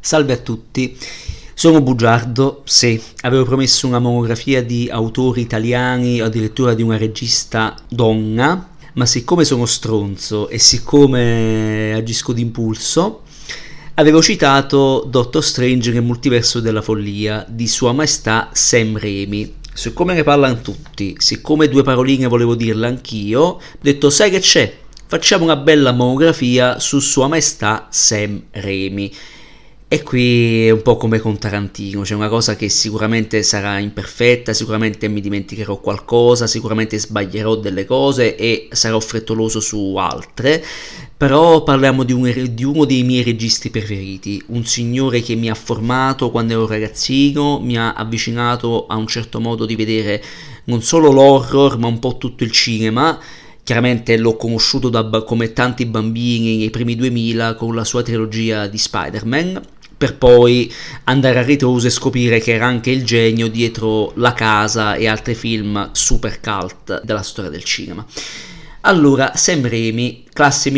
Salve a tutti, sono bugiardo, sì, avevo promesso una monografia di autori italiani o addirittura di una regista donna, ma siccome sono stronzo e siccome agisco d'impulso, avevo citato Doctor Strange nel multiverso della follia di Sua Maestà Sam Raimi. Siccome ne parlano tutti, siccome due paroline volevo dirle anch'io, ho detto sai che c'è? Facciamo una bella monografia su Sua Maestà Sam Raimi. E qui è un po' come con Tarantino, c'è una cosa che sicuramente sarà imperfetta, sicuramente mi dimenticherò qualcosa, sicuramente sbaglierò delle cose e sarò frettoloso su altre, però parliamo di uno dei miei registi preferiti, un signore che mi ha formato quando ero ragazzino, mi ha avvicinato a un certo modo di vedere non solo l'horror ma un po' tutto il cinema. Chiaramente l'ho conosciuto come tanti bambini nei primi 2000 con la sua trilogia di Spider-Man, per poi andare a ritroso e scoprire che era anche il genio dietro La Casa e altri film super cult della storia del cinema. Allora, Sam Raimi, classe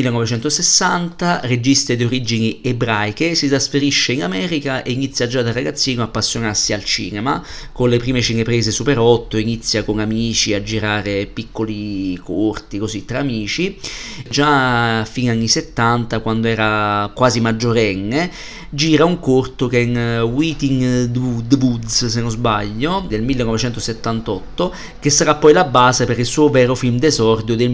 1960, regista di origini ebraiche, si trasferisce in America e inizia già da ragazzino a appassionarsi al cinema. Con le prime cineprese Super 8 inizia con amici a girare piccoli corti così tra amici. Già a fine anni 70, quando era quasi maggiorenne, gira un corto che è in Waiting the Woods, se non sbaglio, del 1978, che sarà poi la base per il suo vero film d'esordio del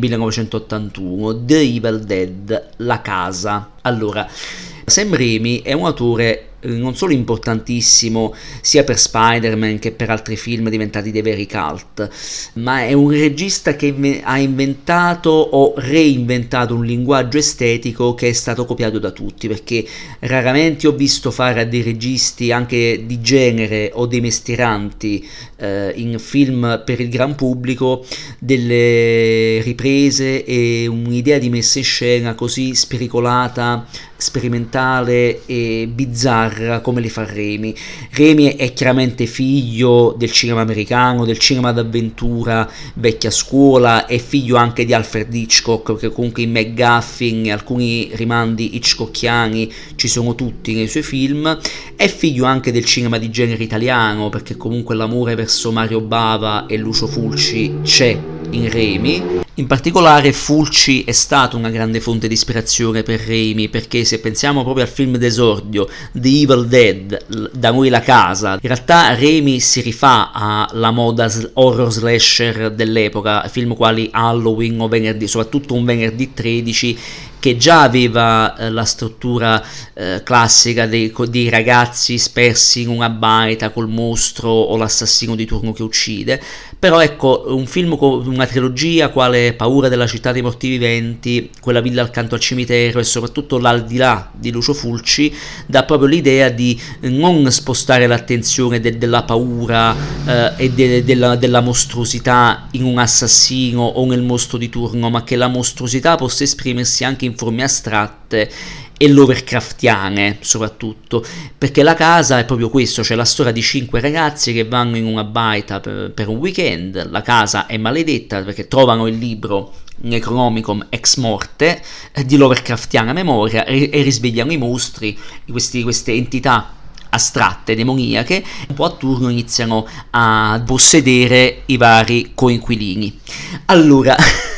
1981, The Evil Dead, La Casa. Allora, Sam Raimi è un autore non solo importantissimo sia per Spider-Man che per altri film diventati dei veri cult, ma è un regista che ha inventato o reinventato un linguaggio estetico che è stato copiato da tutti, perché raramente ho visto fare a dei registi anche di genere o dei mestieranti in film per il gran pubblico delle riprese e un'idea di messa in scena così spericolata, sperimentale e bizzarra come li fa Raimi. Raimi è chiaramente figlio del cinema americano, del cinema d'avventura vecchia scuola, è figlio anche di Alfred Hitchcock, che comunque in McGuffin e alcuni rimandi hitchcockiani ci sono tutti nei suoi film, è figlio anche del cinema di genere italiano, perché comunque l'amore verso Mario Bava e Lucio Fulci c'è in Raimi. In particolare Fulci è stato una grande fonte di ispirazione per Raimi, perché se pensiamo proprio al film d'esordio The Evil Dead, da noi La Casa, in realtà Raimi si rifà alla moda horror slasher dell'epoca, film quali Halloween o venerdì, soprattutto un venerdì 13, che già aveva la struttura classica dei ragazzi spersi in una baita col mostro o l'assassino di turno che uccide. Però ecco, un film con una trilogia quale Paura della città dei morti viventi, Quella villa accanto al cimitero e soprattutto L'aldilà di Lucio Fulci dà proprio l'idea di non spostare l'attenzione della paura e della mostruosità in un assassino o nel mostro di turno, ma che la mostruosità possa esprimersi anche in forme astratte e Lovecraftiane soprattutto, perché La Casa è proprio questo, cioè la storia di 5 ragazzi che vanno in una baita per un weekend. La casa è maledetta perché trovano il libro Necronomicon Ex Morte di Lovecraftiana memoria e risvegliano i mostri, queste entità astratte, demoniache, un po' a turno iniziano a possedere i vari coinquilini. Allora,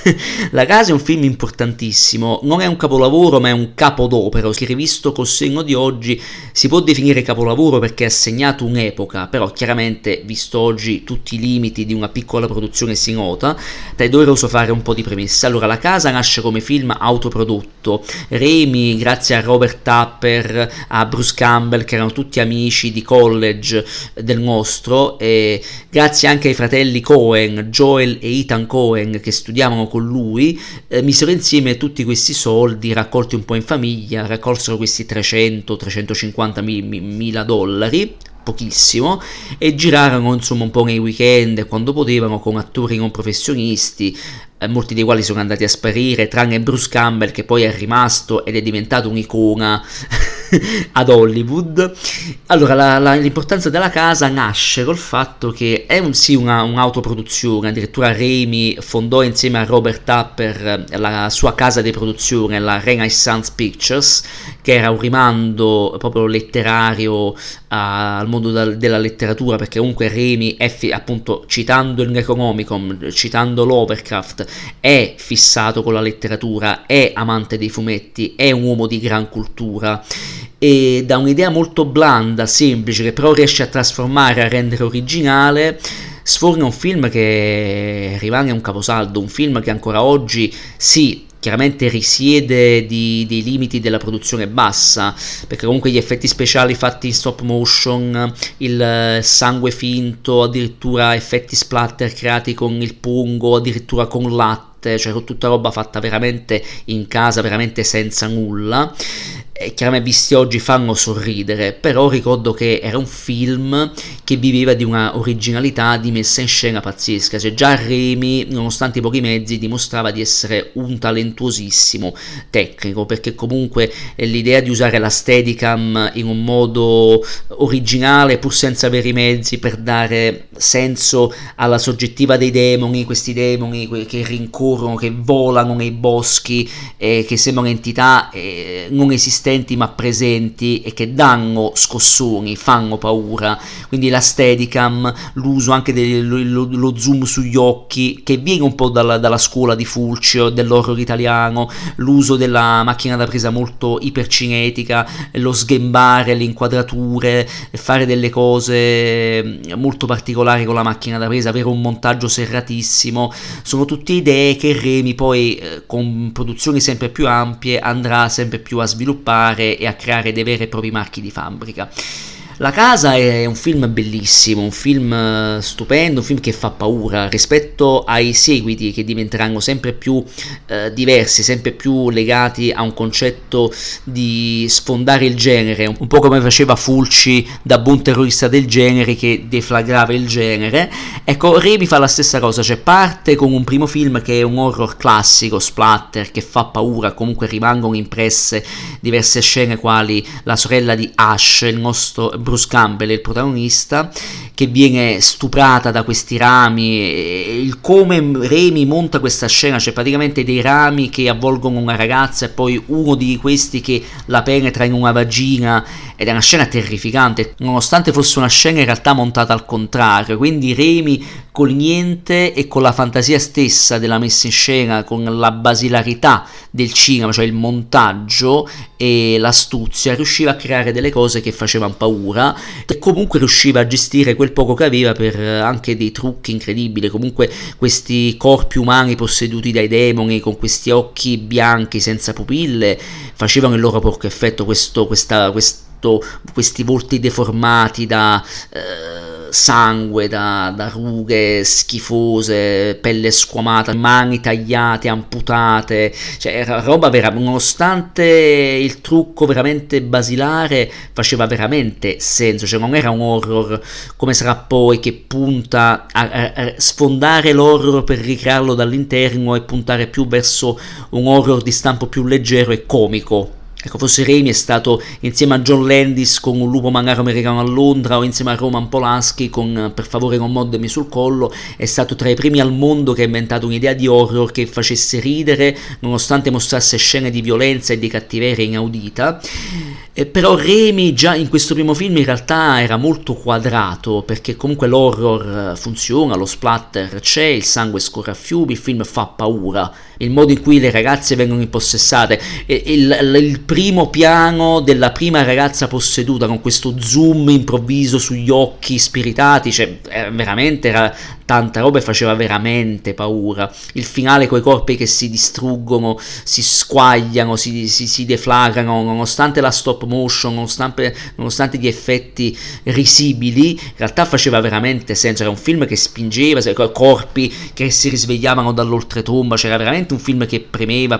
La Casa è un film importantissimo, non è un capolavoro ma è un capodopera, che rivisto col senno di oggi si può definire capolavoro perché ha segnato un'epoca, però chiaramente visto oggi tutti i limiti di una piccola produzione si nota, è doveroso fare un po' di premesse. Allora, La Casa nasce come film autoprodotto. Raimi, grazie a Robert Tapper, a Bruce Campbell, che erano tutti amici di college del nostro, e grazie anche ai fratelli Coen, Joel e Ethan Coen, che studiavano con lui, misero insieme tutti questi soldi raccolti un po' in famiglia, raccolsero questi 300-350 mila dollari, pochissimo, e girarono insomma un po' nei weekend quando potevano con attori non professionisti, molti dei quali sono andati a sparire tranne Bruce Campbell, che poi è rimasto ed è diventato un'icona ad Hollywood. Allora, l'importanza della casa nasce col fatto che è sì un'autoproduzione, addirittura Raimi fondò insieme a Robert Tapper la sua casa di produzione, la Renaissance Pictures, che era un rimando proprio letterario al mondo della letteratura, perché comunque Raimi è appunto, citando il Necronomicon, citando Lovecraft, è fissato con la letteratura, è amante dei fumetti, è un uomo di gran cultura, e da un'idea molto blanda, semplice, che però riesce a trasformare, a rendere originale, sforna un film che rimane un caposaldo, un film che ancora oggi sì, chiaramente risiede dei limiti della produzione bassa, perché comunque gli effetti speciali fatti in stop motion, il sangue finto, addirittura effetti splatter creati con il pungo, addirittura con latte, cioè con tutta roba fatta veramente in casa, veramente senza nulla, e chiaramente visti oggi fanno sorridere, però ricordo che era un film che viveva di una originalità di messa in scena pazzesca, cioè già Raimi, nonostante i pochi mezzi, dimostrava di essere un talentuosissimo tecnico, perché comunque l'idea di usare la Steadicam in un modo originale pur senza avere i mezzi per dare senso alla soggettiva dei demoni, questi demoni che rincorrono, che volano nei boschi, che sembrano entità non esistenti ma presenti e che danno scossoni, fanno paura. Quindi la Steadicam, l'uso anche dello zoom sugli occhi, che viene un po' dalla scuola di Fulci, dell'horror italiano, l'uso della macchina da presa molto ipercinetica, lo sghembare, le inquadrature, fare delle cose molto particolari con la macchina da presa, avere un montaggio serratissimo, sono tutte idee che Raimi poi con produzioni sempre più ampie andrà sempre più a sviluppare e a creare dei veri e propri marchi di fabbrica. La casa è un film bellissimo, un film stupendo, un film che fa paura rispetto ai seguiti che diventeranno sempre più diversi, sempre più legati a un concetto di sfondare il genere, un po' come faceva Fulci da buon terrorista del genere che deflagrava il genere. Ecco, Raimi fa la stessa cosa, cioè parte con un primo film che è un horror classico, splatter, che fa paura, comunque rimangono impresse diverse scene quali la sorella di Ash, il nostro Bruce Campbell, il protagonista, che viene stuprata da questi rami, il come Raimi monta questa scena, cioè praticamente dei rami che avvolgono una ragazza e poi uno di questi che la penetra in una vagina, ed è una scena terrificante, nonostante fosse una scena in realtà montata al contrario. Quindi Raimi col niente e con la fantasia stessa della messa in scena, con la basilarità del cinema, cioè il montaggio e l'astuzia, riusciva a creare delle cose che facevano paura e comunque riusciva a gestire quel poco che aveva per anche dei trucchi incredibili. Comunque questi corpi umani posseduti dai demoni con questi occhi bianchi senza pupille facevano il loro porco effetto, questi volti deformati da sangue, da rughe schifose, pelle squamata, mani tagliate, amputate, cioè era roba vera, nonostante il trucco veramente basilare faceva veramente senso, cioè non era un horror come sarà poi che punta a sfondare l'horror per ricrearlo dall'interno e puntare più verso un horror di stampo più leggero e comico. Ecco, forse Raimi è stato, insieme a John Landis con Un lupo mannaro americano a Londra, o insieme a Roman Polanski con Per favore non mordermi sul collo, è stato tra i primi al mondo che ha inventato un'idea di horror che facesse ridere nonostante mostrasse scene di violenza e di cattiveria inaudita. Però Raimi già in questo primo film in realtà era molto quadrato, perché comunque l'horror funziona, lo splatter c'è, il sangue scorre a fiumi, il film fa paura, il modo in cui le ragazze vengono impossessate, il primo piano della prima ragazza posseduta con questo zoom improvviso sugli occhi spiritati, cioè veramente era tanta roba e faceva veramente paura. Il finale coi corpi che si distruggono, si squagliano, si deflagrano, nonostante la stop motion, nonostante gli effetti risibili, in realtà faceva veramente senso. Era un film che spingeva, corpi che si risvegliavano dall'oltretomba, c'era veramente un film che premeva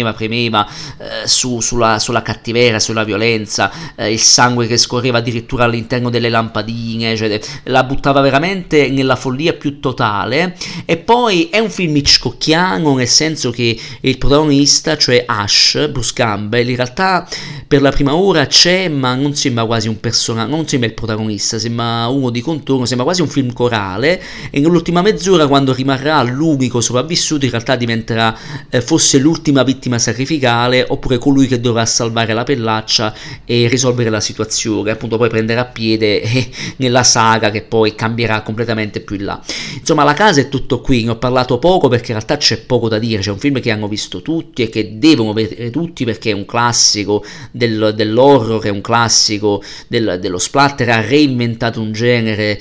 sulla cattiveria, sulla violenza, il sangue che scorreva addirittura all'interno delle lampadine, cioè la buttava veramente nella follia più totale. E poi è un film hitchcockiano, nel senso che il protagonista, cioè Ash, Bruce Campbell, in realtà per la prima ora sceneggiatura c'è, ma non sembra quasi un personaggio, non sembra il protagonista, sembra uno di contorno, sembra quasi un film corale, e nell'ultima mezz'ora, quando rimarrà l'unico sopravvissuto, in realtà diventerà forse l'ultima vittima sacrificale, oppure colui che dovrà salvare la pellaccia e risolvere la situazione, appunto poi prenderà piede nella saga che poi cambierà completamente più in là. Insomma, La casa è tutto qui, ne ho parlato poco perché in realtà c'è poco da dire, c'è un film che hanno visto tutti e che devono vedere tutti perché è un classico dell'horror, è un classico dello splatter, ha reinventato un genere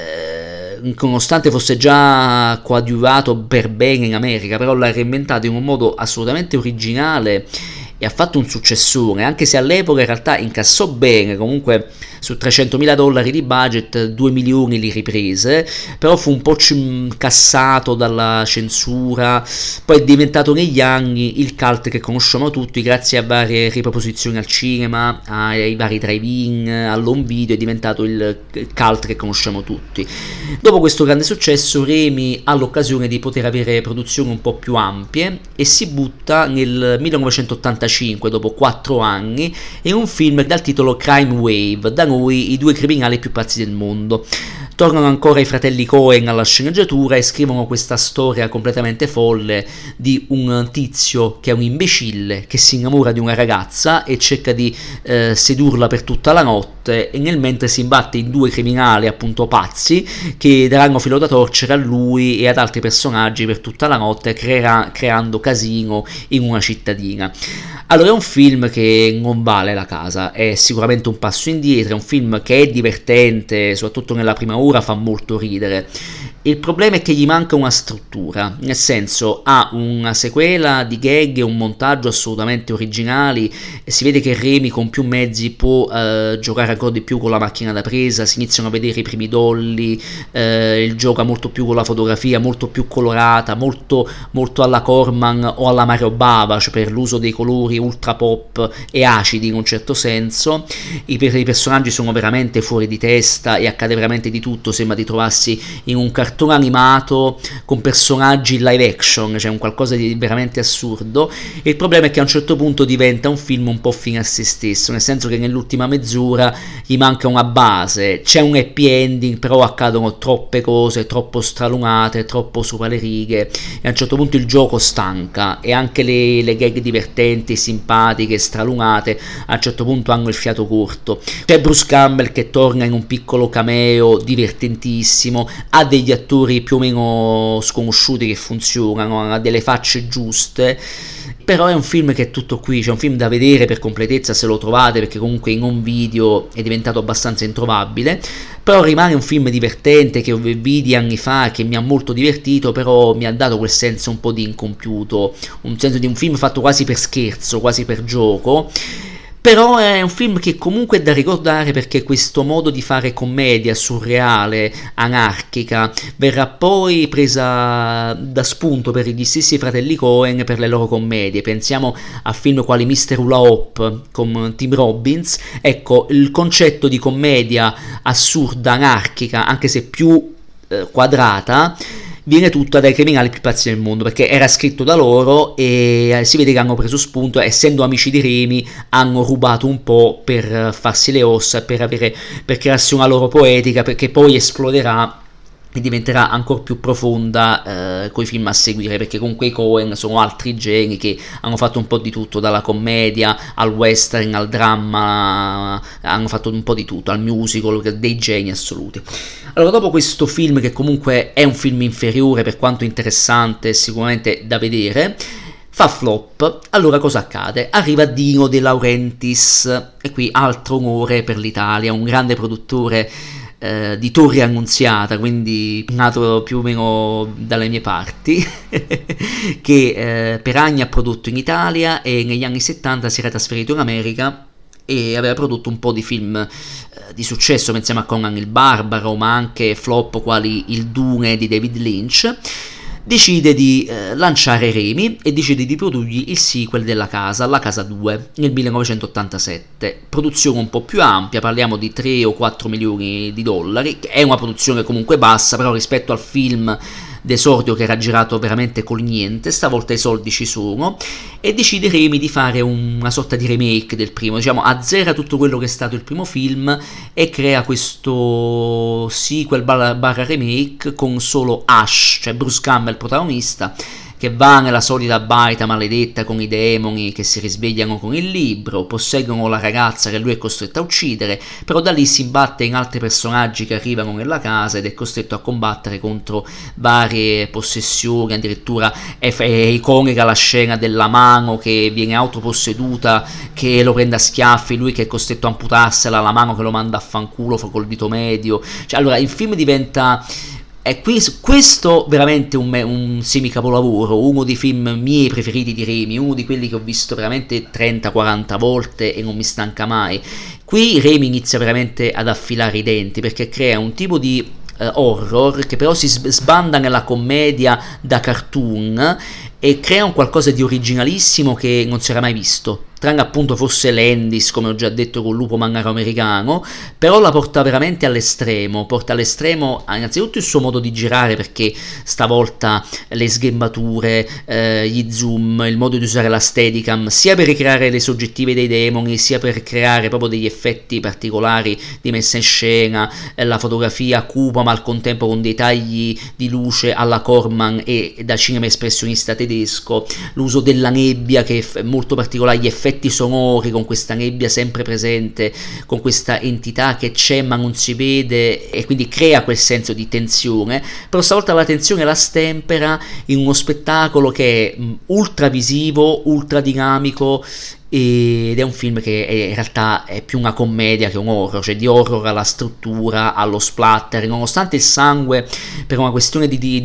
nonostante fosse già coadiuvato per bene in America, però l'ha reinventato in un modo assolutamente originale e ha fatto un successone, anche se all'epoca in realtà incassò bene, comunque su $300.000 di budget 2 milioni li riprese, però fu un po' incassato dalla censura, poi è diventato negli anni il cult che conosciamo tutti grazie a varie riproposizioni al cinema, ai vari drive-in, all'home video, è diventato il cult che conosciamo tutti. Dopo questo grande successo Raimi ha l'occasione di poter avere produzioni un po' più ampie e si butta nel 1985, dopo 4 anni, in un film dal titolo Crime Wave, da noi i 2 criminali più pazzi del mondo. Tornano ancora i fratelli Coen alla sceneggiatura e scrivono questa storia completamente folle di un tizio che è un imbecille, che si innamora di una ragazza e cerca di sedurla per tutta la notte, e nel mentre si imbatte in 2 criminali appunto pazzi che daranno filo da torcere a lui e ad altri personaggi per tutta la notte, creando casino in una cittadina. Allora, è un film che non vale la casa, è sicuramente un passo indietro, è un film che è divertente, soprattutto nella prima ora fa molto ridere. Il problema è che gli manca una struttura, nel senso ha una sequela di gag e un montaggio assolutamente originali, e si vede che Raimi con più mezzi può giocare ancora di più con la macchina da presa, si iniziano a vedere i primi dolly, gioca molto più con la fotografia, molto più colorata, molto, molto alla Corman o alla Mario Bava, per l'uso dei colori ultra pop e acidi in un certo senso. I personaggi sono veramente fuori di testa e accade veramente di tutto, sembra di trovarsi in un cartone animato con personaggi in live action, cioè un qualcosa di veramente assurdo. Il problema è che a un certo punto diventa un film un po' fine a se stesso, nel senso che nell'ultima mezz'ora gli manca una base, c'è un happy ending, però accadono troppe cose, troppo stralunate, troppo sopra le righe, e a un certo punto il gioco stanca, e anche le gag divertenti, simpatiche, stralunate a un certo punto hanno il fiato corto. C'è Bruce Campbell che torna in un piccolo cameo divertentissimo, ha degli attori più o meno sconosciuti che funzionano, ha delle facce giuste, però è un film che è tutto qui, cioè un film da vedere per completezza se lo trovate, perché comunque in home video è diventato abbastanza introvabile, però rimane un film divertente che vidi anni fa, che mi ha molto divertito, però mi ha dato quel senso un po' di incompiuto, un senso di un film fatto quasi per scherzo, quasi per gioco. Però è un film che comunque è da ricordare, perché questo modo di fare commedia surreale, anarchica, verrà poi presa da spunto per gli stessi fratelli Coen per le loro commedie. Pensiamo a film quali Mr. Hula Hoop con Tim Robbins. Ecco, il concetto di commedia assurda, anarchica, anche se più quadrata, viene tutta dai criminali più pazzi del mondo, perché era scritto da loro e si vede che hanno preso spunto, essendo amici di Raimi hanno rubato un po' per farsi le ossa, per crearsi una loro poetica, perché poi esploderà e diventerà ancora più profonda coi film a seguire, perché comunque i Coen sono altri geni che hanno fatto un po' di tutto, dalla commedia al western al dramma, hanno fatto un po' di tutto, al musical, dei geni assoluti. Allora, dopo questo film, che comunque è un film inferiore per quanto interessante, sicuramente da vedere, fa flop. Allora cosa accade? Arriva Dino De Laurentiis, e qui altro onore per l'Italia, un grande produttore di Torre Annunziata, quindi nato più o meno dalle mie parti, che per anni ha prodotto in Italia e negli anni 70 si era trasferito in America e aveva prodotto un po' di film di successo, pensiamo a Conan il Barbaro, ma anche flop quali Il Dune di David Lynch. Decide di lanciare Raimi e decide di produrgli il sequel della casa, La Casa 2, nel 1987. Produzione un po' più ampia, parliamo di 3 o 4 milioni di dollari, che è una produzione comunque bassa, però rispetto al film d'esordio che era girato veramente col niente, stavolta i soldi ci sono, e decide Raimi di fare una sorta di remake del primo, diciamo azzera tutto quello che è stato il primo film e crea questo sequel barra remake con solo Ash, cioè Bruce Campbell protagonista, che va nella solita baita maledetta con i demoni che si risvegliano con il libro, posseggono la ragazza che lui è costretto a uccidere, però da lì si imbatte in altri personaggi che arrivano nella casa ed è costretto a combattere contro varie possessioni. Addirittura è iconica la scena della mano che viene autoposseduta, che lo prende a schiaffi, lui che è costretto a amputarsela, la mano che lo manda a fanculo col dito medio. Cioè, allora il film diventa... è questo veramente un semicapolavoro, uno dei film miei preferiti di Raimi, uno di quelli che ho visto veramente 30-40 volte e non mi stanca mai. Qui Raimi inizia veramente ad affilare i denti, perché crea un tipo di horror che però si sbanda nella commedia da cartoon e crea un qualcosa di originalissimo che non si era mai visto, tranne appunto forse Landis, come ho già detto, con Lupo Mannaro Americano, però la porta veramente all'estremo, porta all'estremo innanzitutto il suo modo di girare, perché stavolta le sghembature, gli zoom, il modo di usare la Steadicam, sia per ricreare le soggettive dei demoni, sia per creare proprio degli effetti particolari di messa in scena, la fotografia cupa ma al contempo con dei tagli di luce alla Corman e da cinema espressionista tedesco, l'uso della nebbia che è molto particolare, gli effetti sonori con questa nebbia sempre presente, con questa entità che c'è ma non si vede, e quindi crea quel senso di tensione, però stavolta la tensione la stempera in uno spettacolo che è ultra visivo, ultra dinamico, ed è un film che in realtà è più una commedia che un horror, cioè di horror alla struttura, allo splatter, nonostante il sangue per una questione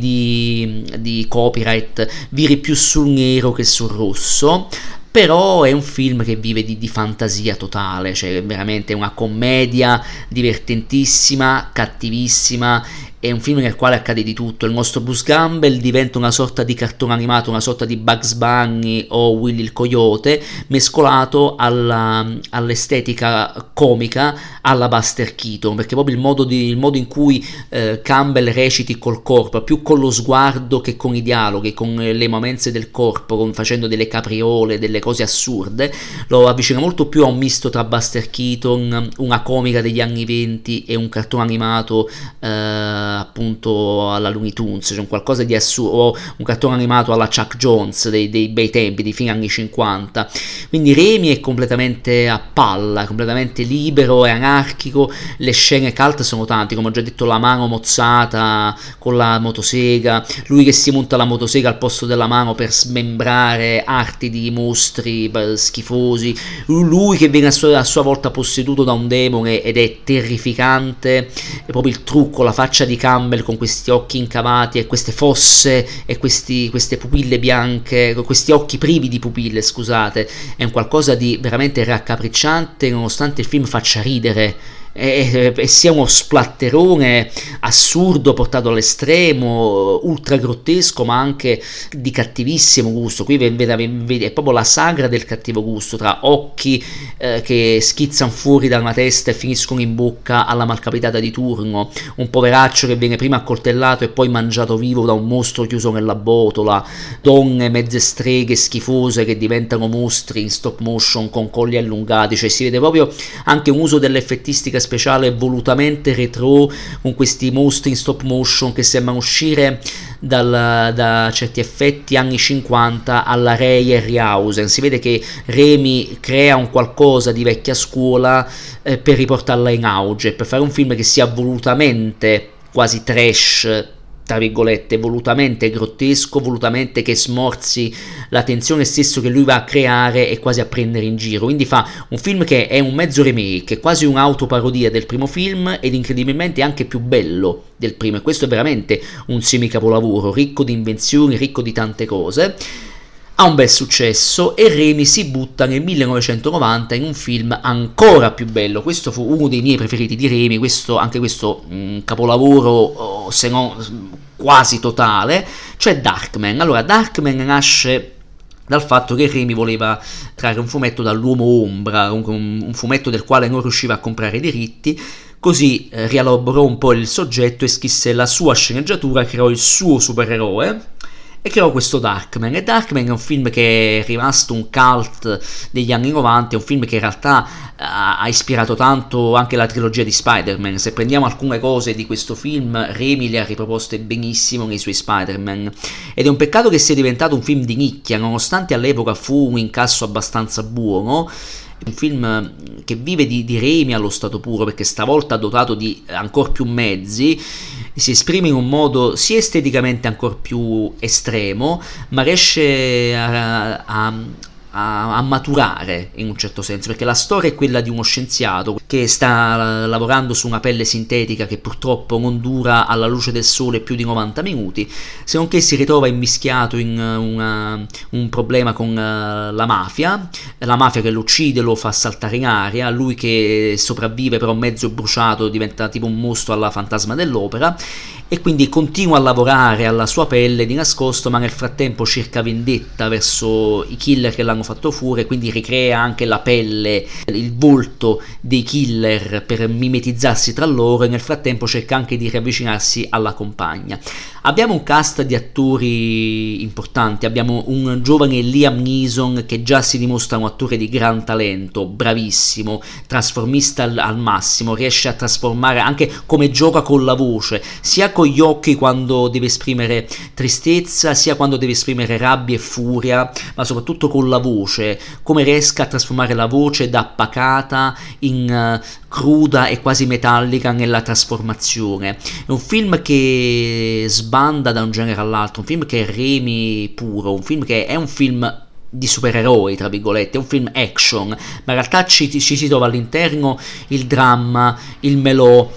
di copyright viri più sul nero che sul rosso. Però è un film che vive di fantasia totale, cioè veramente una commedia divertentissima, cattivissima. È un film nel quale accade di tutto. Il nostro Bruce Campbell diventa una sorta di cartone animato, una sorta di Bugs Bunny o Willy il Coyote, mescolato all'estetica comica alla Buster Keaton, perché proprio il modo in cui Campbell reciti col corpo, più con lo sguardo che con i dialoghi, con le movenze del corpo, facendo delle capriole, delle cose assurde, lo avvicina molto più a un misto tra Buster Keaton, una comica degli anni 20 e un cartone animato appunto alla Looney Tunes, cioè un qualcosa di assurdo, o un cartone animato alla Chuck Jones dei bei tempi, di fine anni 50. Quindi Raimi è completamente a palla, completamente libero e anarchico. Le scene cult sono tanti, come ho già detto, la mano mozzata con la motosega, lui che si monta la motosega al posto della mano per smembrare arti di mostri schifosi, lui che viene a sua volta posseduto da un demone ed è terrificante. È proprio il trucco, la faccia di Campbell con questi occhi incavati e queste fosse e queste pupille bianche, questi occhi privi di pupille, scusate, è un qualcosa di veramente raccapricciante, nonostante il film faccia ridere e sia uno splatterone assurdo portato all'estremo, ultra grottesco, ma anche di cattivissimo gusto. Qui è proprio la sagra del cattivo gusto, tra occhi che schizzano fuori da una testa e finiscono in bocca alla malcapitata di turno, un poveraccio che viene prima accoltellato e poi mangiato vivo da un mostro chiuso nella botola, donne mezze streghe schifose che diventano mostri in stop motion con colli allungati. Cioè si vede proprio anche un uso dell'effettistica speciale volutamente retro, con questi mostri in stop motion che sembrano uscire da certi effetti anni 50 alla Ray Harryhausen. Si vede che Raimi crea un qualcosa di vecchia scuola per riportarla in auge, per fare un film che sia volutamente quasi trash, tra virgolette, volutamente grottesco, volutamente che smorzi la tensione stesso che lui va a creare e quasi a prendere in giro. Quindi fa un film che è un mezzo remake, è quasi un'autoparodia del primo film ed incredibilmente anche più bello del primo, e questo è veramente un semicapolavoro, ricco di invenzioni, ricco di tante cose. Ha un bel successo e Raimi si butta nel 1990 in un film ancora più bello. Questo fu uno dei miei preferiti di Raimi, anche questo capolavoro, se non quasi totale, cioè Darkman. Allora, Darkman nasce dal fatto che Raimi voleva trarre un fumetto dall'Uomo Ombra, un fumetto del quale non riusciva a comprare i diritti, Così rielaborò un po' il soggetto e scrisse la sua sceneggiatura, creò il suo supereroe e creò questo Darkman. E Darkman è un film che è rimasto un cult degli anni 90, è un film che in realtà ha ispirato tanto anche la trilogia di Spider-Man. Se prendiamo alcune cose di questo film, Raimi le ha riproposte benissimo nei suoi Spider-Man, ed è un peccato che sia diventato un film di nicchia, nonostante all'epoca fu un incasso abbastanza buono. Un film che vive di Raimi allo stato puro, perché stavolta dotato di ancora più mezzi, si esprime in un modo sia esteticamente ancora più estremo, ma riesce a maturare in un certo senso, perché la storia è quella di uno scienziato che sta lavorando su una pelle sintetica che purtroppo non dura alla luce del sole più di 90 minuti, se non che si ritrova immischiato in un problema con la mafia che lo uccide, lo fa saltare in aria, lui che sopravvive però mezzo bruciato diventa tipo un mostro alla Fantasma dell'Opera, e quindi continua a lavorare alla sua pelle di nascosto, ma nel frattempo cerca vendetta verso i killer che l'hanno fatto fuori, e quindi ricrea anche la pelle, il volto dei killer per mimetizzarsi tra loro, e nel frattempo cerca anche di riavvicinarsi alla compagna. Abbiamo un cast di attori importanti, abbiamo un giovane Liam Neeson che già si dimostra un attore di gran talento, bravissimo, trasformista al massimo, riesce a trasformare anche come gioca con la voce, sia con gli occhi quando deve esprimere tristezza, sia quando deve esprimere rabbia e furia, ma soprattutto con la voce, come riesca a trasformare la voce da pacata in cruda e quasi metallica nella trasformazione. È un film che sbanda da un genere all'altro, un film che è Raimi puro, un film che è un film di supereroi, tra virgolette, è un film action, ma in realtà ci si trova all'interno il dramma, il melò,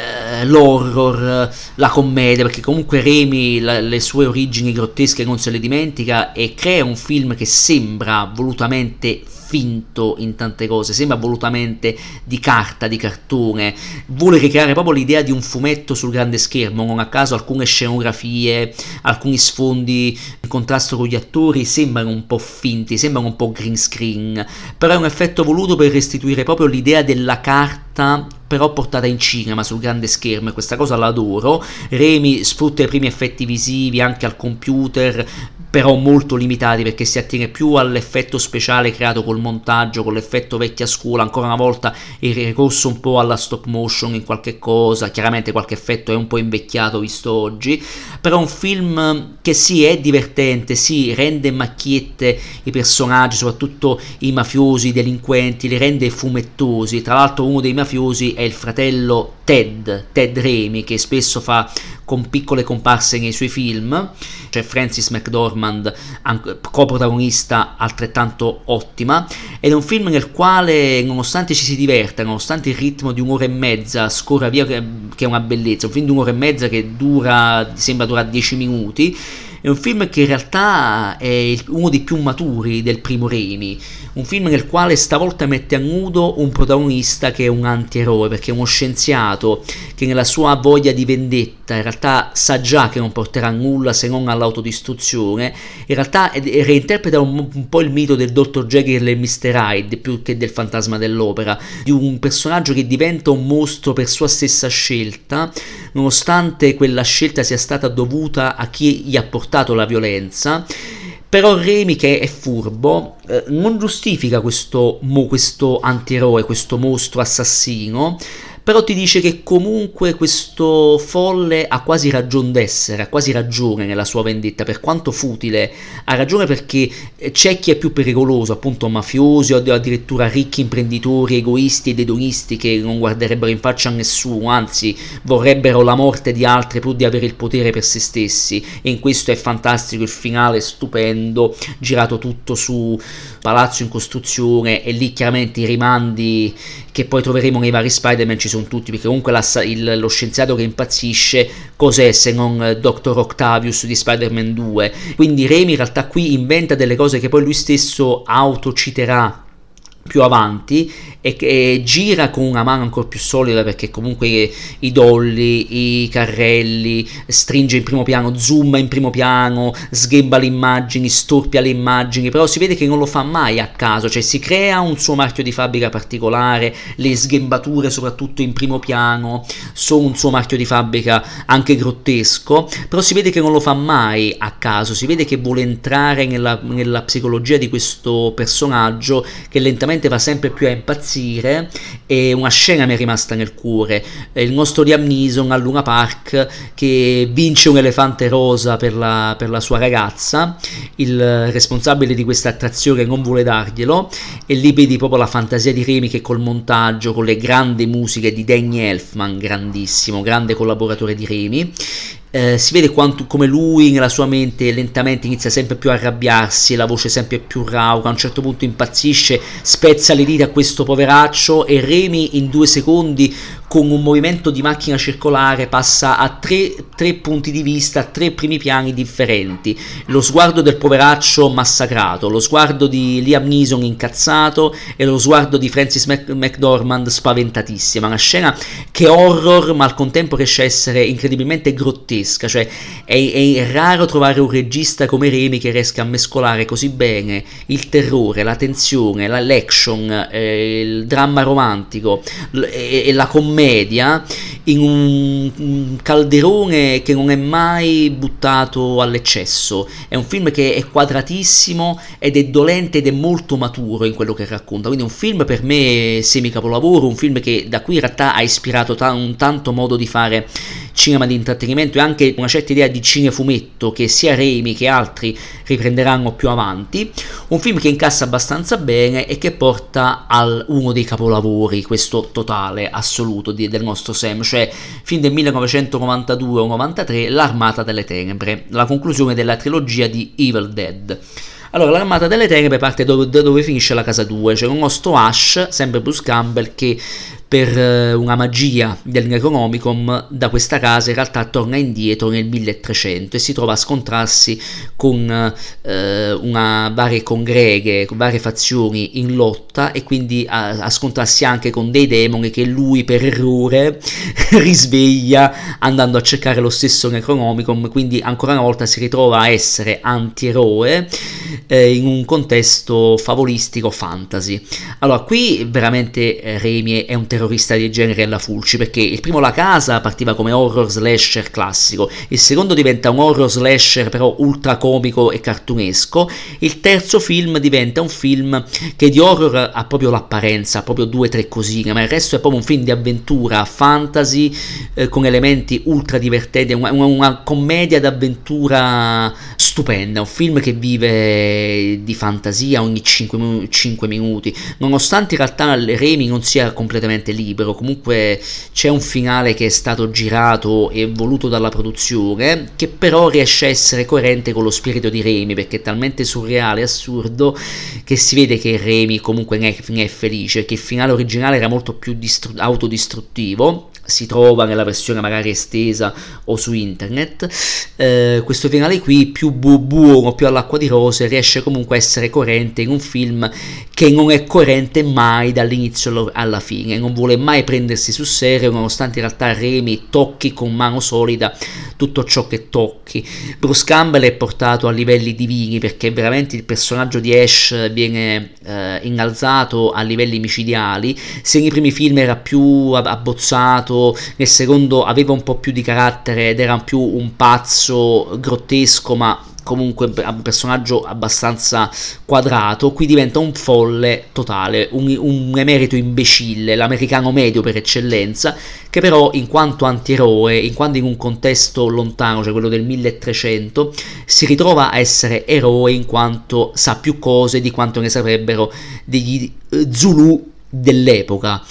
l'horror, la commedia, perché comunque Raimi le sue origini grottesche non se le dimentica e crea un film che sembra volutamente finto in tante cose, sembra volutamente di carta, di cartone, vuole ricreare proprio l'idea di un fumetto sul grande schermo. Non a caso alcune scenografie, alcuni sfondi in contrasto con gli attori sembrano un po' finti, sembrano un po' green screen, però è un effetto voluto per restituire proprio l'idea della carta però portata in cinema sul grande schermo, e questa cosa l'adoro. Raimi sfrutta i primi effetti visivi anche al computer, però molto limitati, perché si attiene più all'effetto speciale creato col montaggio, con l'effetto vecchia scuola. Ancora una volta il ricorso un po' alla stop motion in qualche cosa, chiaramente qualche effetto è un po' invecchiato visto oggi, però un film che sì, è divertente, sì, rende macchiette i personaggi, soprattutto i mafiosi, i delinquenti, li rende fumettosi. Tra l'altro uno dei mafiosi è il fratello Ted Raimi, che spesso fa con piccole comparse nei suoi film. C'è Frances McDormand, coprotagonista altrettanto ottima, ed è un film nel quale, nonostante ci si diverta, nonostante il ritmo di un'ora e mezza scorra via, che è una bellezza, un film di un'ora e mezza che sembra durare 10 minuti, è un film che in realtà è uno dei più maturi del primo Raimi, un film nel quale stavolta mette a nudo un protagonista che è un antieroe, perché è uno scienziato che nella sua voglia di vendetta in realtà sa già che non porterà a nulla se non all'autodistruzione. In realtà reinterpreta un po' il mito del Dr. Jekyll e Mr. Hyde più che del Fantasma dell'Opera, di un personaggio che diventa un mostro per sua stessa scelta, nonostante quella scelta sia stata dovuta a chi gli ha portato la violenza. Però Raimi, che è furbo, non giustifica questo antieroe, questo mostro assassino, però ti dice che comunque questo folle ha quasi ragione d'essere, ha quasi ragione nella sua vendetta, per quanto futile, ha ragione, perché c'è chi è più pericoloso, appunto mafiosi o addirittura ricchi imprenditori egoisti ed edonisti che non guarderebbero in faccia a nessuno, anzi vorrebbero la morte di altri pur di avere il potere per se stessi, e in questo è fantastico il finale, stupendo, girato tutto su palazzo in costruzione, e lì chiaramente i rimandi che poi troveremo nei vari Spider-Man ci sono tutti, perché comunque lo scienziato che impazzisce cos'è se non Dr. Octavius di Spider-Man 2, quindi Raimi in realtà qui inventa delle cose che poi lui stesso autociterà più avanti e che gira con una mano ancora più solida, perché comunque i dolly, i carrelli, stringe in primo piano, zooma in primo piano, sghemba le immagini, storpia le immagini, però si vede che non lo fa mai a caso, cioè si crea un suo marchio di fabbrica particolare, le sghembature soprattutto in primo piano sono un suo marchio di fabbrica anche grottesco, però si vede che non lo fa mai a caso, si vede che vuole entrare nella psicologia di questo personaggio che lentamente va sempre più a impazzire. E una scena mi è rimasta nel cuore, il nostro Liam Neeson a Luna Park che vince un elefante rosa per la sua ragazza, il responsabile di questa attrazione non vuole darglielo, e lì vedi proprio la fantasia di Raimi che col montaggio, con le grandi musiche di Danny Elfman, grandissimo, grande collaboratore di Raimi, si vede come lui nella sua mente lentamente inizia sempre più a arrabbiarsi, la voce sempre più rauca, a un certo punto impazzisce, spezza le dita a questo poveraccio e Raimi in 2 secondi con un movimento di macchina circolare passa a tre punti di vista, a 3 primi piani differenti: lo sguardo del poveraccio massacrato, lo sguardo di Liam Neeson incazzato e lo sguardo di Frances McDormand spaventatissima. Una scena che è horror ma al contempo riesce a essere incredibilmente grottesca, cioè è raro trovare un regista come Raimi che riesca a mescolare così bene il terrore, la tensione, l'action, il dramma romantico e la commedia in un calderone che non è mai buttato all'eccesso. È un film che è quadratissimo ed è dolente ed è molto maturo in quello che racconta, quindi è un film per me semi-capolavoro, un film che da qui in realtà ha ispirato un tanto modo di fare cinema di intrattenimento e anche una certa idea di cinefumetto che sia Raimi che altri riprenderanno più avanti. Un film che incassa abbastanza bene e che porta al uno dei capolavori, questo totale, assoluto del nostro Sam, cioè film del 1992 o 93, L'Armata delle Tenebre, la conclusione della trilogia di Evil Dead. Allora, l'Armata delle Tenebre parte da dove finisce la casa 2, c'è un nostro Ash, sempre Bruce Campbell, che per una magia del Necronomicon da questa casa in realtà torna indietro nel 1300 e si trova a scontrarsi con varie congreghe, con varie fazioni in lotta, e quindi a scontrarsi anche con dei demoni che lui per errore risveglia andando a cercare lo stesso Necronomicon, quindi ancora una volta si ritrova a essere antieroe in un contesto favolistico fantasy. Allora, qui veramente Raimi è un terrorista di genere alla Fulci, perché il primo La Casa partiva come horror slasher classico, il secondo diventa un horror slasher però ultra comico e cartunesco, il terzo film diventa un film che di horror ha proprio l'apparenza, ha proprio 2 o 3 cosine, ma il resto è proprio un film di avventura fantasy con elementi ultra divertenti, una commedia d'avventura stupenda, un film che vive di fantasia ogni 5 minuti, nonostante in realtà Raimi non sia completamente libero. Comunque c'è un finale che è stato girato e voluto dalla produzione, che però riesce a essere coerente con lo spirito di Raimi, perché è talmente surreale e assurdo che si vede che Raimi comunque ne è felice, che il finale originale era molto più autodistruttivo. Si trova nella versione magari estesa o su internet. Questo finale qui più buono, più all'acqua di rose, riesce comunque a essere coerente in un film che non è coerente mai dall'inizio alla fine, non vuole mai prendersi sul serio, nonostante in realtà Raimi tocchi con mano solida tutto ciò che tocchi. Bruce Campbell è portato a livelli divini, perché veramente il personaggio di Ash viene innalzato a livelli micidiali. Se nei primi film era più abbozzato, nel secondo aveva un po' più di carattere ed era più un pazzo grottesco, ma comunque un personaggio abbastanza quadrato. Qui diventa un folle totale, un emerito imbecille, l'americano medio per eccellenza, che però in quanto antieroe, in quanto in un contesto lontano, cioè quello del 1300, si ritrova a essere eroe in quanto sa più cose di quanto ne saprebbero degli Zulu dell'epoca.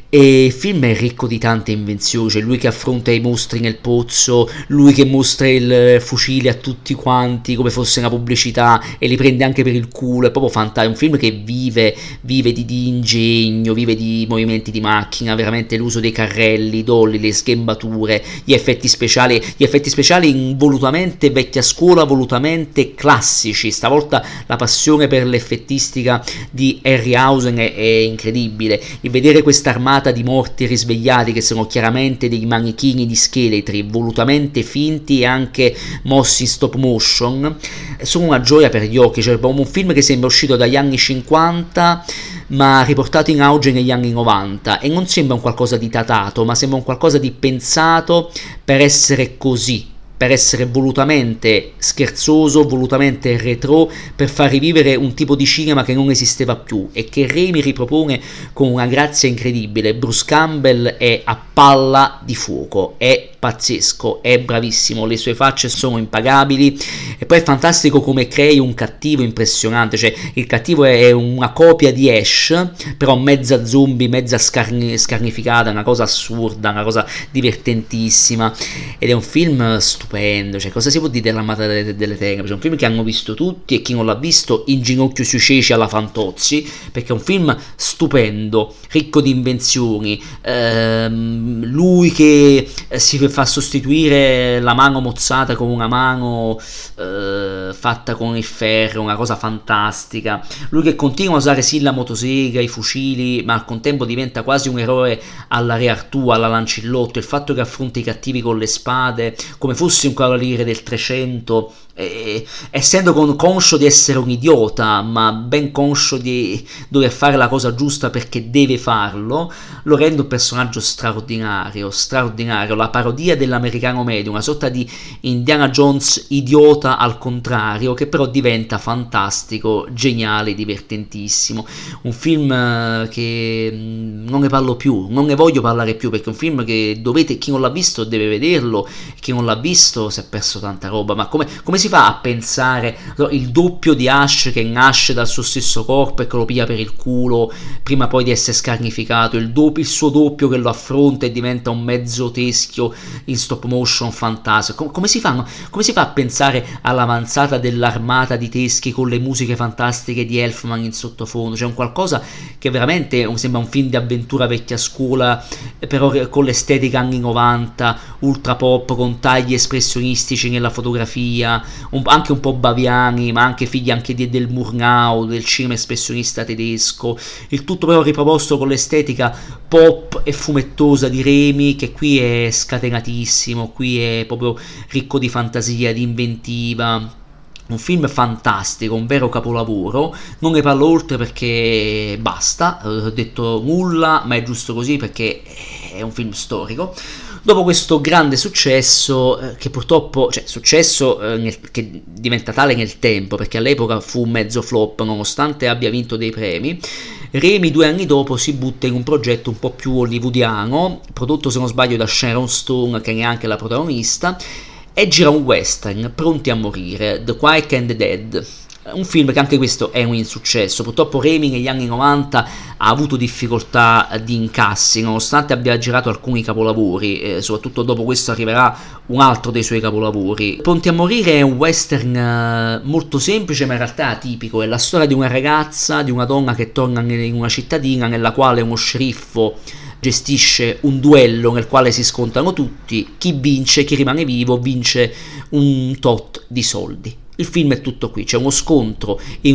E il film è ricco di tante invenzioni, cioè lui che affronta i mostri nel pozzo, lui che mostra il fucile a tutti quanti come fosse una pubblicità e li prende anche per il culo, è proprio fantastico, è un film che vive di ingegno, vive di movimenti di macchina, veramente l'uso dei carrelli, i dolly, le sghembature, gli effetti speciali volutamente vecchia scuola, volutamente classici, stavolta la passione per l'effettistica di Harryhausen è incredibile, il vedere questa armata di morti risvegliati che sono chiaramente dei manichini di scheletri volutamente finti e anche mossi in stop motion sono una gioia per gli occhi, cioè un film che sembra uscito dagli anni 50 ma riportato in auge negli anni 90 e non sembra un qualcosa di datato ma sembra un qualcosa di pensato per essere così, per essere volutamente scherzoso, volutamente retro, per far rivivere un tipo di cinema che non esisteva più e che Raimi ripropone con una grazia incredibile. Bruce Campbell è a palla di fuoco, è pazzesco, è bravissimo, le sue facce sono impagabili e poi è fantastico come crei un cattivo impressionante, cioè il cattivo è una copia di Ash, però mezza zombie, mezza scarnificata, una cosa assurda, una cosa divertentissima ed è un film stupendo, cioè cosa si può dire dell'Armata delle Tenebre, cioè un film che hanno visto tutti e chi non l'ha visto in ginocchio sui ceci alla Fantozzi, perché è un film stupendo, ricco di invenzioni, lui che si fa sostituire la mano mozzata con una mano fatta con il ferro, una cosa fantastica, lui che continua a usare sì la motosega, i fucili, ma al contempo diventa quasi un eroe alla Re Artù, alla Lancillotto, il fatto che affronta i cattivi con le spade come fosse un cavaliere del 300, essendo conscio di essere un idiota ma ben conscio di dover fare la cosa giusta perché deve farlo, lo rende un personaggio straordinario, la parodia dell'americano medio, una sorta di Indiana Jones idiota al contrario, che però diventa fantastico, geniale, divertentissimo, un film che non ne parlo più, non ne voglio parlare più perché è un film che dovete, chi non l'ha visto deve vederlo, chi non l'ha visto si è perso tanta roba, ma come si fa a pensare il doppio di Ash che nasce dal suo stesso corpo e che lo piglia per il culo prima poi di essere scarnificato, il suo doppio che lo affronta e diventa un mezzo teschio in stop motion fantastico, come si fa a pensare all'avanzata dell'armata di teschi con le musiche fantastiche di Elfman in sottofondo, cioè un qualcosa che veramente sembra un film di avventura vecchia scuola però con l'estetica anni 90 ultra pop, con tagli espressionistici nella fotografia, anche un po' baviani, ma anche figli anche del Murnau, del cinema espressionista tedesco, il tutto però riproposto con l'estetica pop e fumettosa di Raimi, che qui è scatenatissimo, qui è proprio ricco di fantasia, di inventiva, un film fantastico, un vero capolavoro. Non ne parlo oltre perché basta, ho detto nulla, ma è giusto così perché è un film storico. Dopo questo grande successo, che purtroppo, cioè successo che diventa tale nel tempo, perché all'epoca fu un mezzo flop nonostante abbia vinto dei premi, Raimi 2 anni dopo si butta in un progetto un po' più hollywoodiano, prodotto se non sbaglio da Sharon Stone, che è neanche la protagonista, e gira un western, Pronti a morire, The Quiet and the Dead, un film che anche questo è un insuccesso. Purtroppo Raimi negli anni 90 ha avuto difficoltà di incassi, nonostante abbia girato alcuni capolavori, soprattutto dopo questo arriverà un altro dei suoi capolavori. Pronti a morire è un western molto semplice ma in realtà atipico, è la storia di una ragazza, di una donna che torna in una cittadina nella quale uno sceriffo gestisce un duello nel quale si scontrano tutti, chi vince, chi rimane vivo, vince un tot di soldi. Il film è tutto qui, c'è uno scontro in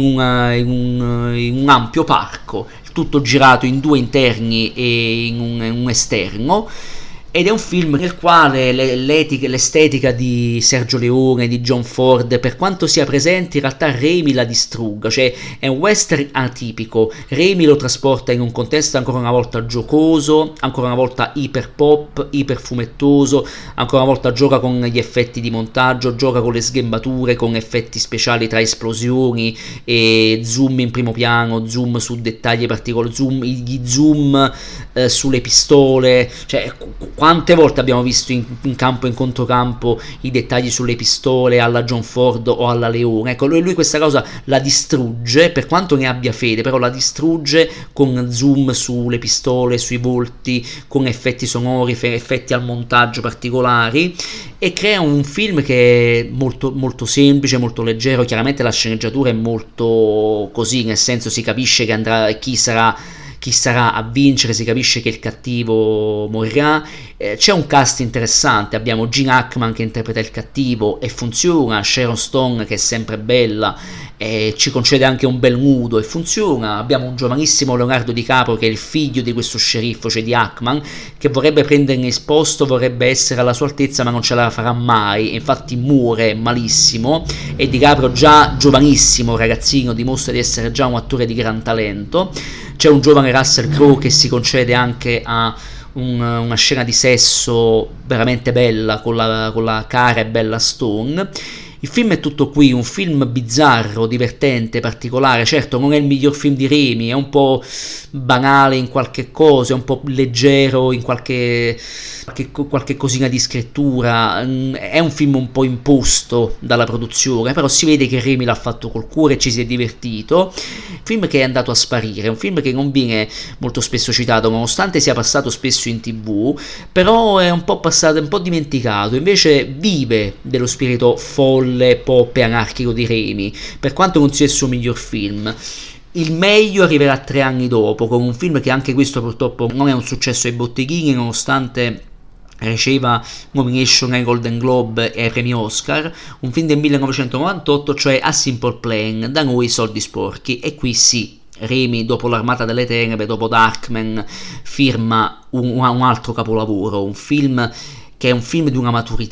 un ampio parco, tutto girato in 2 interni e in un esterno, ed è un film nel quale l'estetica di Sergio Leone, di John Ford, per quanto sia presente, in realtà Raimi la distrugga, cioè è un western atipico, Raimi lo trasporta in un contesto ancora una volta giocoso, ancora una volta iper pop, iper fumettoso, ancora una volta gioca con gli effetti di montaggio, gioca con le sghembature, con effetti speciali tra esplosioni e zoom in primo piano, zoom su dettagli particolari, gli zoom sulle pistole, cioè Quante volte abbiamo visto in campo e in controcampo i dettagli sulle pistole alla John Ford o alla Leone? Ecco, lui questa cosa la distrugge, per quanto ne abbia fede, però la distrugge con zoom sulle pistole, sui volti, con effetti sonori, effetti al montaggio particolari, e crea un film che è molto, molto semplice, molto leggero. Chiaramente la sceneggiatura è molto così, nel senso si capisce che andrà, chi sarà a vincere, si capisce che il cattivo morirà. C'è un cast interessante, abbiamo Gene Hackman che interpreta il cattivo e funziona, Sharon Stone che è sempre bella e ci concede anche un bel nudo e funziona, abbiamo un giovanissimo Leonardo DiCaprio che è il figlio di questo sceriffo, cioè di Hackman, che vorrebbe prenderne il posto, vorrebbe essere alla sua altezza ma non ce la farà mai, infatti muore malissimo, e DiCaprio già giovanissimo, ragazzino, dimostra di essere già un attore di gran talento. C'è un giovane Russell Crowe che si concede anche a una scena di sesso veramente bella con la cara e bella Stone. Il film è tutto qui, un film bizzarro, divertente, particolare. Certo non è il miglior film di Raimi, è un po' banale in qualche cosa, è un po' leggero in qualche cosina di scrittura, è un film un po' imposto dalla produzione, però si vede che Raimi l'ha fatto col cuore e ci si è divertito. Un film che è andato a sparire, un film che non viene molto spesso citato nonostante sia passato spesso in TV, però è un po' passato, un po' dimenticato, invece vive dello spirito folle, pop e anarchico di Raimi, per quanto non sia il suo miglior film. Il meglio arriverà 3 anni dopo, con un film che anche questo purtroppo non è un successo ai botteghini, nonostante riceva nomination ai Golden Globe e ai premi Oscar, un film del 1998, cioè A Simple Plan, da noi soldi sporchi, e qui sì, Raimi dopo l'Armata delle Tenebre, dopo Darkman, firma un altro capolavoro, un film che è un film di una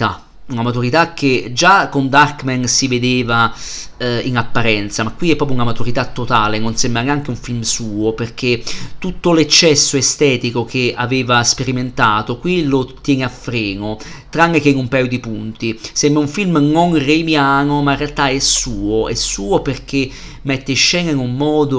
maturità che già con Darkman si vedeva in apparenza, ma qui è proprio una maturità totale, non sembra neanche un film suo, perché tutto l'eccesso estetico che aveva sperimentato qui lo tiene a freno, tranne che in un paio di punti. Sembra un film non raimiano, ma in realtà è suo perché mette in scena in un modo